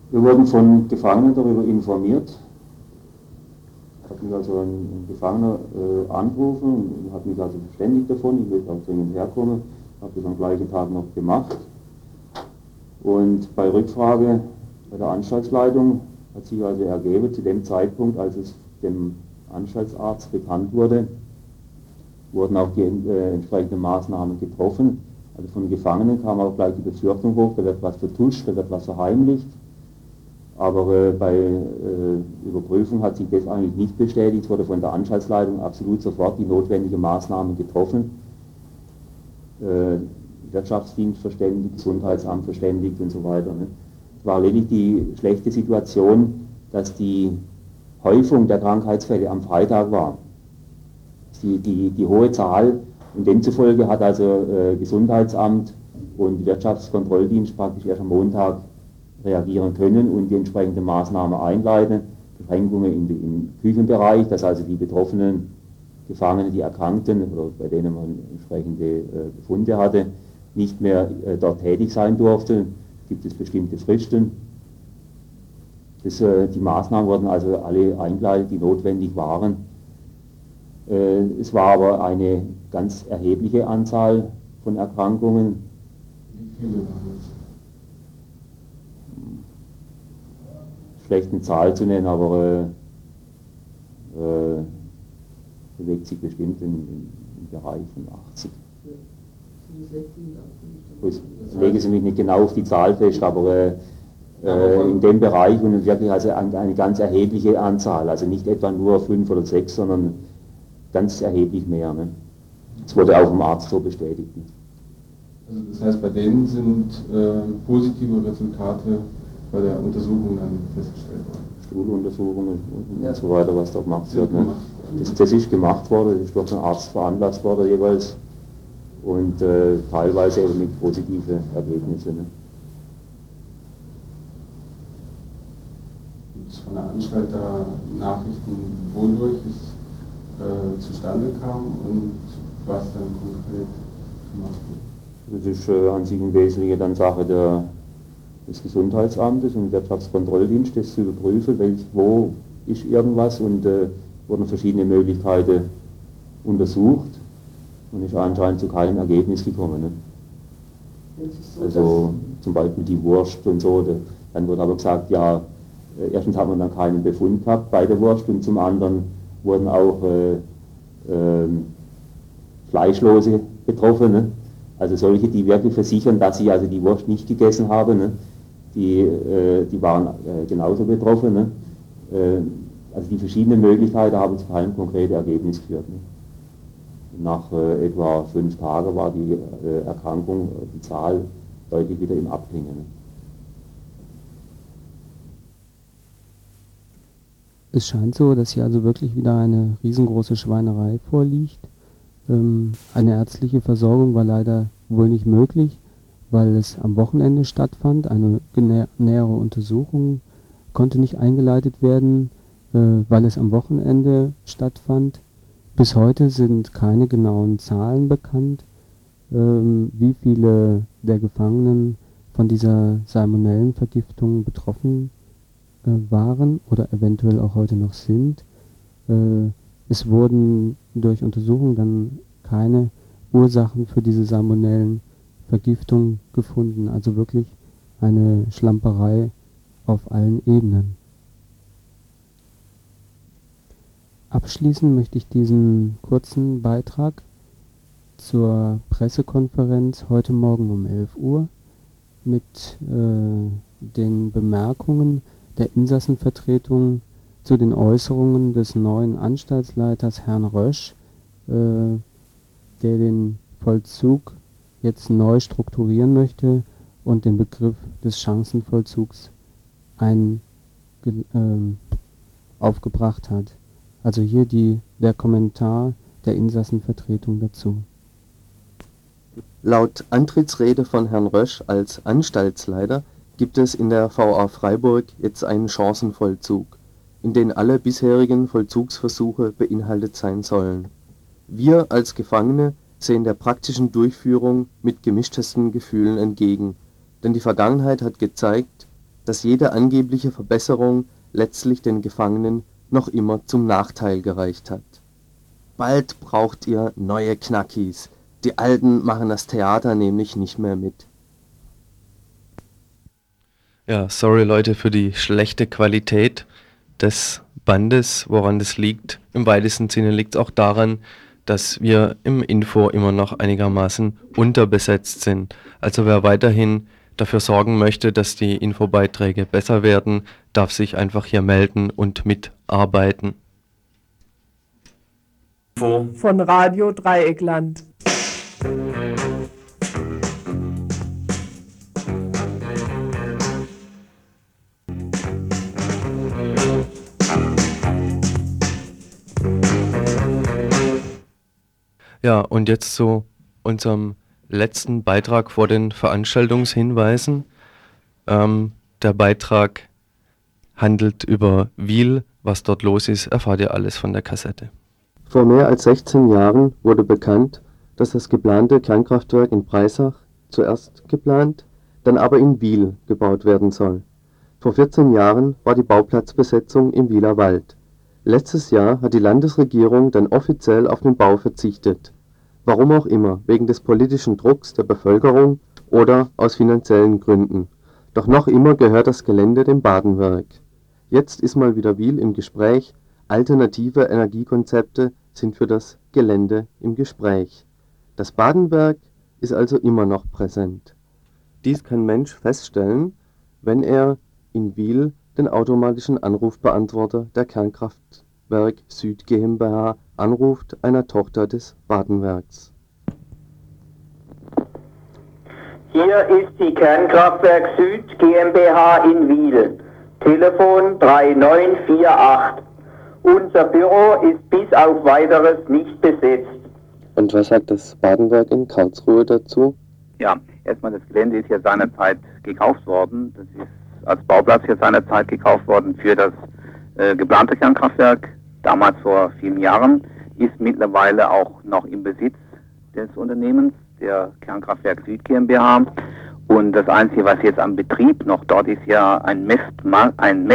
Wir wurden von Gefangenen darüber informiert. Hat mich also ein Gefangener angerufen und hat mich also verständigt davon, ich will auch dringend herkommen. Habe das am gleichen Tag noch gemacht. Und bei Rückfrage bei der Anstaltsleitung hat sich also ergeben, zu dem Zeitpunkt, als es dem Anstaltsarzt bekannt wurde, wurden auch die entsprechenden Maßnahmen getroffen. Also von Gefangenen kam auch gleich die Befürchtung hoch, da wird was vertuscht, da wird was verheimlicht. Aber bei Überprüfung hat sich das eigentlich nicht bestätigt, es wurde von der Anstaltsleitung absolut sofort die notwendigen Maßnahmen getroffen. Wirtschaftsdienst verständigt, Gesundheitsamt verständigt und so weiter. Ne? Es war lediglich die schlechte Situation, dass die Häufung der Krankheitsfälle am Freitag war. Die hohe Zahl und demzufolge hat also Gesundheitsamt und Wirtschaftskontrolldienst praktisch erst am Montag reagieren können und die entsprechenden Maßnahmen einleiten. Beschränkungen im Küchenbereich, dass also die betroffenen Gefangenen, die Erkrankten oder bei denen man entsprechende Befunde hatte, nicht mehr dort tätig sein durften. Gibt es bestimmte Fristen. Die Maßnahmen wurden also alle eingeleitet, die notwendig waren. Es war aber eine ganz erhebliche Anzahl von Erkrankungen. Wie viele waren es? Schlecht eine Zahl zu nennen, aber bewegt sich bestimmt im Bereich von 80. Ich lege Sie mich nicht genau auf die Zahl fest, aber in dem Bereich und wirklich also eine ganz erhebliche Anzahl, also nicht etwa nur 5 oder 6, sondern ganz erheblich mehr. Ne? Das wurde auch vom Arzt so bestätigt. Ne? Also das heißt, bei denen sind positive Resultate bei der Untersuchung dann festgestellt worden? Stuhluntersuchungen und so weiter, was da gemacht wird. Ne? Das ist gemacht worden, das ist durch den Arzt veranlasst worden jeweils und teilweise eben mit positiven Ergebnissen. Ne? Gibt es von der Anstalt da Nachrichten, wodurch es zustande kam und was dann konkret gemacht wird? Das ist an sich im Wesentlichen dann Sache des Gesundheitsamtes und Wirtschaftskontrolldienst, das zu überprüfen, wo ist irgendwas und wurden verschiedene Möglichkeiten untersucht und ist anscheinend zu keinem Ergebnis gekommen. Ne? Also zum Beispiel die Wurst und so, dann wurde aber gesagt, ja, erstens hat man dann keinen Befund gehabt bei der Wurst und zum anderen wurden auch Fleischlose betroffen. Ne? Also solche, die wirklich versichern, dass sie also die Wurst nicht gegessen haben, ne? Die waren genauso betroffen. Ne? Also die verschiedenen Möglichkeiten haben zu keinem konkreten Ergebnis geführt. Ne? Nach etwa 5 Tagen war die Erkrankung, die Zahl deutlich wieder im Abklingen. Ne? Es scheint so, dass hier also wirklich wieder eine riesengroße Schweinerei vorliegt. Eine ärztliche Versorgung war leider wohl nicht möglich, weil es am Wochenende stattfand. Eine nähere Untersuchung konnte nicht eingeleitet werden, weil es am Wochenende stattfand. Bis heute sind keine genauen Zahlen bekannt, wie viele der Gefangenen von dieser Salmonellenvergiftung betroffen waren oder eventuell auch heute noch sind. Es wurden durch Untersuchungen dann keine Ursachen für diese Salmonellenvergiftung gefunden. Also wirklich eine Schlamperei auf allen Ebenen. Abschließen möchte ich diesen kurzen Beitrag zur Pressekonferenz heute Morgen um 11 Uhr mit den Bemerkungen der Insassenvertretung zu den Äußerungen des neuen Anstaltsleiters Herrn Rösch, der den Vollzug jetzt neu strukturieren möchte und den Begriff des Chancenvollzugs aufgebracht hat. Also hier der Kommentar der Insassenvertretung dazu. Laut Antrittsrede von Herrn Rösch als Anstaltsleiter gibt es in der VA Freiburg jetzt einen Chancenvollzug, in den alle bisherigen Vollzugsversuche beinhaltet sein sollen. Wir als Gefangene sehen der praktischen Durchführung mit gemischtesten Gefühlen entgegen, denn die Vergangenheit hat gezeigt, dass jede angebliche Verbesserung letztlich den Gefangenen noch immer zum Nachteil gereicht hat. Bald braucht ihr neue Knackis, die Alten machen das Theater nämlich nicht mehr mit. Ja, sorry Leute für die schlechte Qualität des Bandes, woran das liegt. Im weitesten Sinne liegt es auch daran, dass wir im Info immer noch einigermaßen unterbesetzt sind. Also wer weiterhin dafür sorgen möchte, dass die Infobeiträge besser werden, darf sich einfach hier melden und mitarbeiten. Von Radio Dreieckland. Ja, und jetzt zu unserem letzten Beitrag vor den Veranstaltungshinweisen. Der Beitrag handelt über Wil. Was dort los ist, erfahrt ihr alles von der Kassette. Vor mehr als 16 Jahren wurde bekannt, dass das geplante Kernkraftwerk in Breisach zuerst geplant, dann aber in Wil gebaut werden soll. Vor 14 Jahren war die Bauplatzbesetzung im Wiler Wald. Letztes Jahr hat die Landesregierung dann offiziell auf den Bau verzichtet. Warum auch immer, wegen des politischen Drucks der Bevölkerung oder aus finanziellen Gründen. Doch noch immer gehört das Gelände dem Badenwerk. Jetzt ist mal wieder Wil im Gespräch, alternative Energiekonzepte sind für das Gelände im Gespräch. Das Badenwerk ist also immer noch präsent. Dies kann Mensch feststellen, wenn er in Wil den automatischen Anrufbeantworter der Kernkraftwerk Süd GmbH anruft, einer Tochter des Badenwerks. Hier ist die Kernkraftwerk Süd GmbH in Wil. Telefon 3948. Unser Büro ist bis auf Weiteres nicht besetzt. Und was sagt das Badenwerk in Karlsruhe dazu? Ja, erstmal das Gelände ist ja seinerzeit gekauft worden. Das ist als Bauplatz ja seinerzeit gekauft worden für das geplante Kernkraftwerk, damals vor vielen Jahren, ist mittlerweile auch noch im Besitz des Unternehmens, der Kernkraftwerk Süd GmbH. Und das Einzige, was jetzt am Betrieb noch dort ist, ja ein Messmast,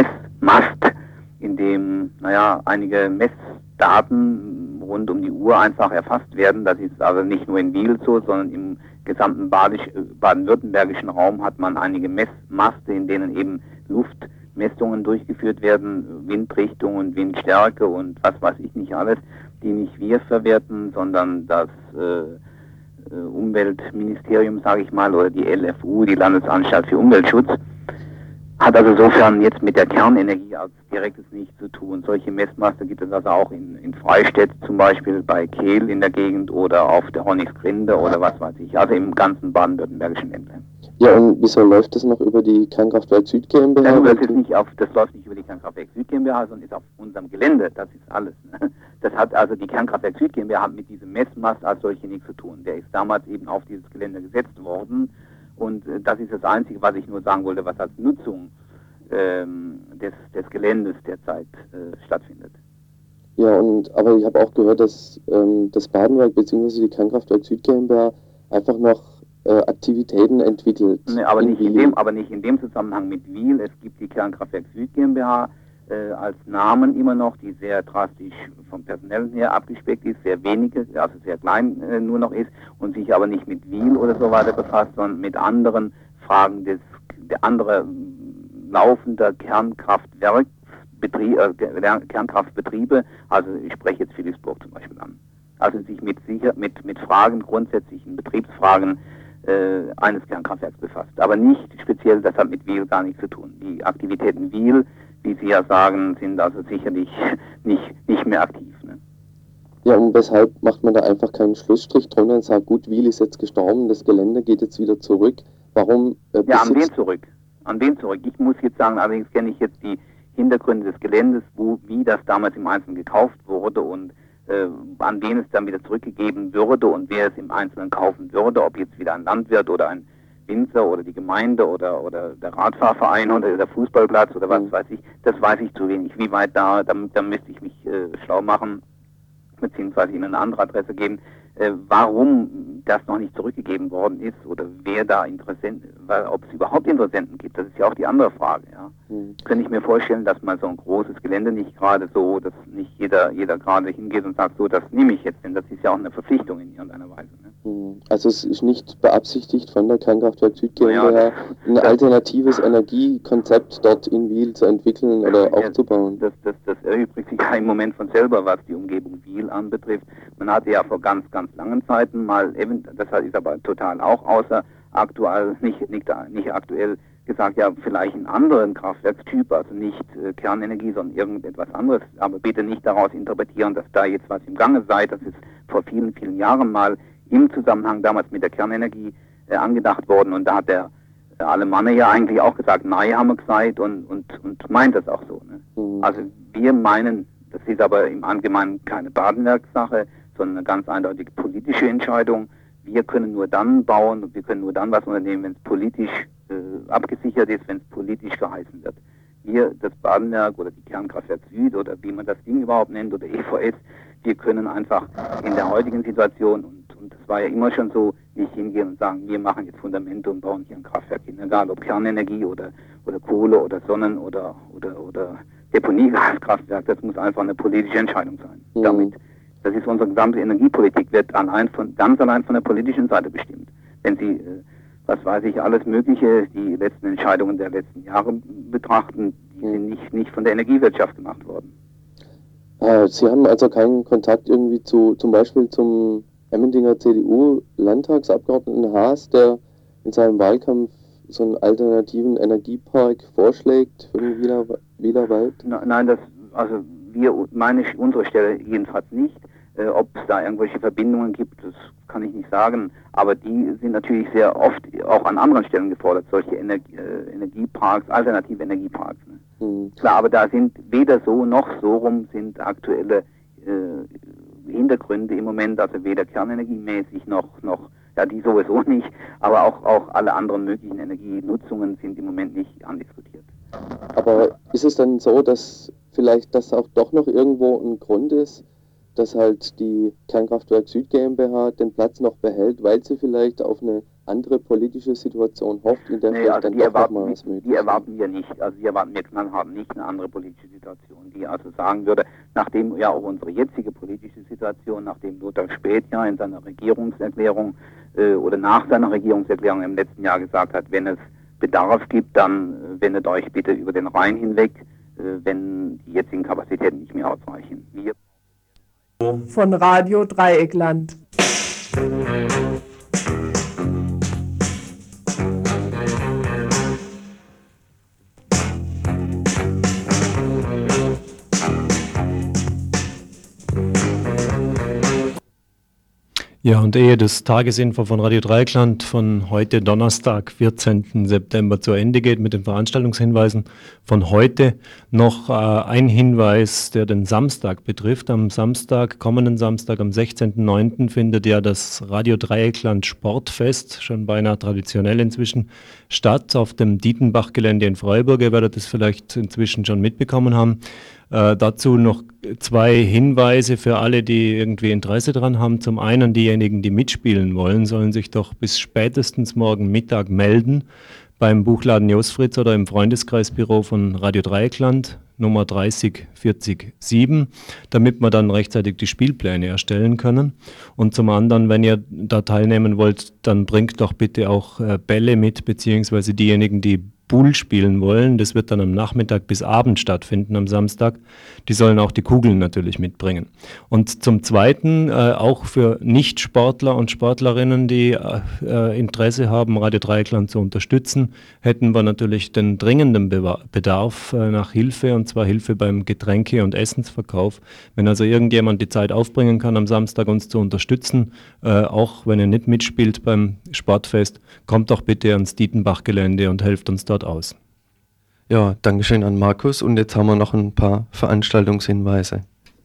in dem, einige Messdaten rund um die Uhr einfach erfasst werden. Das ist also nicht nur in Wil so, sondern im gesamten baden-württembergischen Raum hat man einige Messmaste, in denen eben Luftmessungen durchgeführt werden, Windrichtung und Windstärke und was weiß ich nicht alles, die nicht wir verwerten, sondern das Umweltministerium, sage ich mal, oder die LFU, die Landesanstalt für Umweltschutz, hat also insofern jetzt mit der Kernenergie als direktes nichts zu tun. Solche Messmaste gibt es also auch in Freistädt zum Beispiel, bei Kehl in der Gegend oder auf der Honnigsgrinde oder was weiß ich, also im ganzen baden-württembergischen Ländle. Ja, und wieso läuft das noch über die Kernkraftwerk Süd GmbH? Ja, das läuft nicht über die Kernkraftwerk Süd GmbH, sondern ist auf unserem Gelände, das ist alles. Ne? Das hat also die Kernkraftwerk Süd GmbH mit diesem Messmast als solche nichts zu tun. Der ist damals eben auf dieses Gelände gesetzt worden. Und das ist das Einzige, was ich nur sagen wollte, was als Nutzung des Geländes derzeit stattfindet. Ja, aber ich habe auch gehört, dass das Badenwerk bzw. die Kernkraftwerk Süd GmbH einfach noch Aktivitäten entwickelt. Nee, aber nicht in dem Zusammenhang mit Wil. Es gibt die Kernkraftwerk Süd GmbH als Namen immer noch, die sehr drastisch vom Personellen her abgespeckt ist, sehr wenige, also sehr klein nur noch ist und sich aber nicht mit Wil oder so weiter befasst, sondern mit anderen Fragen der laufender Kernkraftbetriebe, also ich spreche jetzt Philipsburg zum Beispiel an. Also sich mit Fragen, grundsätzlichen Betriebsfragen eines Kernkraftwerks befasst. Aber nicht speziell, das hat mit Wil gar nichts zu tun. Die Aktivitäten Wil, wie Sie ja sagen, sind also sicherlich nicht mehr aktiv. Ne? Ja, und weshalb macht man da einfach keinen Schlussstrich drunter und sagt, gut, Wil ist jetzt gestorben, das Gelände geht jetzt wieder zurück. Warum? Ja, an wen zurück? An wen zurück? Ich muss jetzt sagen, allerdings kenne ich jetzt die Hintergründe des Geländes, wie das damals im Einzelnen gekauft wurde und an wen es dann wieder zurückgegeben würde und wer es im Einzelnen kaufen würde, ob jetzt wieder ein Landwirt oder ein Winzer oder die Gemeinde oder der Radfahrverein oder der Fußballplatz oder was weiß ich, das weiß ich zu wenig. Wie weit da müsste ich mich schlau machen, beziehungsweise Ihnen eine andere Adresse geben, warum das noch nicht zurückgegeben worden ist oder wer da ob es überhaupt Interessenten gibt, das ist ja auch die andere Frage. Ja. Könnte ich mir vorstellen, dass mal so ein großes Gelände nicht gerade so, dass nicht jeder gerade hingeht und sagt, so, das nehme ich jetzt, denn das ist ja auch eine Verpflichtung in irgendeiner Weise. Ne? Also es ist nicht beabsichtigt von der Kernkraftwerk Süd GmbH, ein alternatives Energiekonzept dort in Wiel zu entwickeln oder aufzubauen. Das erübrigt sich ja im Moment von selber, was die Umgebung Wiel anbetrifft. Man hatte ja vor ganz langen Zeiten mal, das ist aber total auch nicht aktuell gesagt, ja, vielleicht einen anderen Kraftwerkstyp, also nicht Kernenergie, sondern irgendetwas anderes, aber bitte nicht daraus interpretieren, dass da jetzt was im Gange sei. Das ist vor vielen Jahren mal im Zusammenhang damals mit der Kernenergie angedacht worden und da hat der Alemanne ja eigentlich auch gesagt, nein, haben wir gesagt und meint das auch so. Ne? Also wir meinen, das ist aber im Allgemeinen keine Baden-Werk-Sache, sondern eine ganz eindeutige politische Entscheidung. Wir können nur dann bauen und wir können nur dann was unternehmen, wenn es politisch abgesichert ist, wenn es politisch geheißen wird. Wir, das Baden-Werk oder die Kernkraftwerk Süd oder wie man das Ding überhaupt nennt oder EVS, wir können einfach in der heutigen Situation, und das war ja immer schon so, nicht hingehen und sagen, wir machen jetzt Fundamente und bauen hier ein Kraftwerk hin, egal ob Kernenergie oder Kohle oder Sonnen- oder Deponiegaskraftwerk, das muss einfach eine politische Entscheidung sein. Das ist unsere gesamte Energiepolitik, wird ganz allein von der politischen Seite bestimmt. Wenn Sie, was weiß ich, alles Mögliche, die letzten Entscheidungen der letzten Jahre betrachten, die sind nicht von der Energiewirtschaft gemacht worden. Sie haben also keinen Kontakt irgendwie zum Beispiel zum Emmendinger CDU-Landtagsabgeordneten Haas, der in seinem Wahlkampf so einen alternativen Energiepark vorschlägt für den Wieler Wald? Nein, unsere Stelle jedenfalls nicht. Ob es da irgendwelche Verbindungen gibt, das kann ich nicht sagen. Aber die sind natürlich sehr oft auch an anderen Stellen gefordert, solche Energieparks, alternative Energieparks. Ne? Klar, aber da sind weder so noch so rum sind aktuelle Hintergründe im Moment, also weder kernenergiemäßig noch ja, die sowieso nicht, aber auch alle anderen möglichen Energienutzungen sind im Moment nicht andiskutiert. Aber ist es dann so, dass vielleicht das auch doch noch irgendwo ein Grund ist, dass halt die Kernkraftwerk Süd GmbH den Platz noch behält, weil sie vielleicht auf eine andere politische Situation hofft, in der vielleicht dann doch noch mal was möglich ist? Die erwarten wir nicht. Also die erwarten wir knallhart nicht eine andere politische Situation, die also sagen würde, nachdem ja auch unsere jetzige politische Situation, nachdem Lothar Späth ja in seiner Regierungserklärung oder nach seiner Regierungserklärung im letzten Jahr gesagt hat, wenn es Bedarf gibt, dann wendet euch bitte über den Rhein hinweg, wenn die jetzigen Kapazitäten nicht mehr ausreichen. Wir von Radio Dreieckland. Ja, und ehe das Tagesinfo von Radio Dreieckland von heute Donnerstag, 14. September zu Ende geht mit den Veranstaltungshinweisen von heute, noch ein Hinweis, der den Samstag betrifft. Am Samstag, kommenden Samstag, am 16.09. findet ja das Radio Dreieckland Sportfest, schon beinahe traditionell inzwischen, statt auf dem Dietenbach-Gelände in Freiburg. Ihr werdet es vielleicht inzwischen schon mitbekommen haben. Dazu noch zwei Hinweise für alle, die irgendwie Interesse daran haben. Zum einen diejenigen, die mitspielen wollen, sollen sich doch bis spätestens morgen Mittag melden beim Buchladen Josfritz oder im Freundeskreisbüro von Radio Dreieckland, Nummer 30407, damit wir dann rechtzeitig die Spielpläne erstellen können. Und zum anderen, wenn ihr da teilnehmen wollt, dann bringt doch bitte auch Bälle mit, beziehungsweise diejenigen, die Pool spielen wollen. Das wird dann am Nachmittag bis Abend stattfinden, am Samstag. Die sollen auch die Kugeln natürlich mitbringen. Und zum Zweiten, auch für Nicht-Sportler und Sportlerinnen, die Interesse haben, Radio Dreieckland zu unterstützen, hätten wir natürlich den dringenden Bedarf nach Hilfe, und zwar Hilfe beim Getränke- und Essensverkauf. Wenn also irgendjemand die Zeit aufbringen kann, am Samstag uns zu unterstützen, auch wenn er nicht mitspielt beim Sportfest, kommt doch bitte ans Dietenbach-Gelände und helft uns dort aus. Ja, Dankeschön an Markus, und jetzt haben wir noch ein paar Veranstaltungshinweise.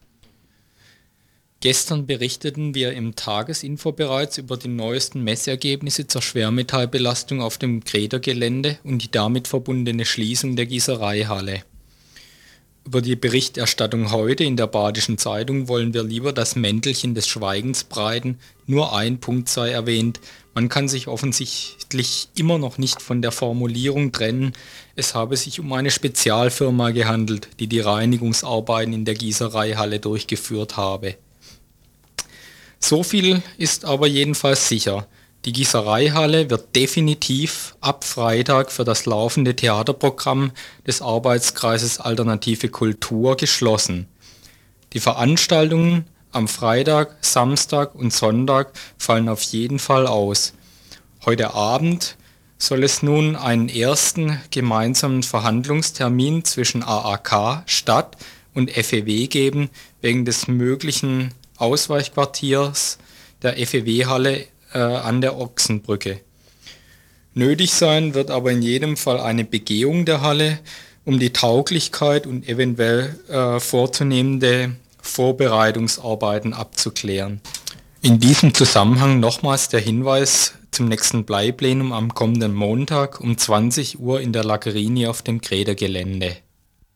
Gestern berichteten wir im Tagesinfo bereits über die neuesten Messergebnisse zur Schwermetallbelastung auf dem Greder-Gelände und die damit verbundene Schließung der Gießereihalle. Über die Berichterstattung heute in der Badischen Zeitung wollen wir lieber das Mäntelchen des Schweigens breiten. Nur ein Punkt sei erwähnt. Man kann sich offensichtlich immer noch nicht von der Formulierung trennen, es habe sich um eine Spezialfirma gehandelt, die die Reinigungsarbeiten in der Gießereihalle durchgeführt habe. So viel ist aber jedenfalls sicher. Die Gießereihalle wird definitiv ab Freitag für das laufende Theaterprogramm des Arbeitskreises Alternative Kultur geschlossen. Die Veranstaltungen am Freitag, Samstag und Sonntag fallen auf jeden Fall aus. Heute Abend soll es nun einen ersten gemeinsamen Verhandlungstermin zwischen AAK, Stadt und FEW geben, wegen des möglichen Ausweichquartiers der FEW-Halle an der Ochsenbrücke. Nötig sein wird aber in jedem Fall eine Begehung der Halle, um die Tauglichkeit und eventuell vorzunehmende Vorbereitungsarbeiten abzuklären. In diesem Zusammenhang nochmals der Hinweis zum nächsten Bleiplenum am kommenden Montag um 20 Uhr in der Lackerini auf dem Greder-Gelände.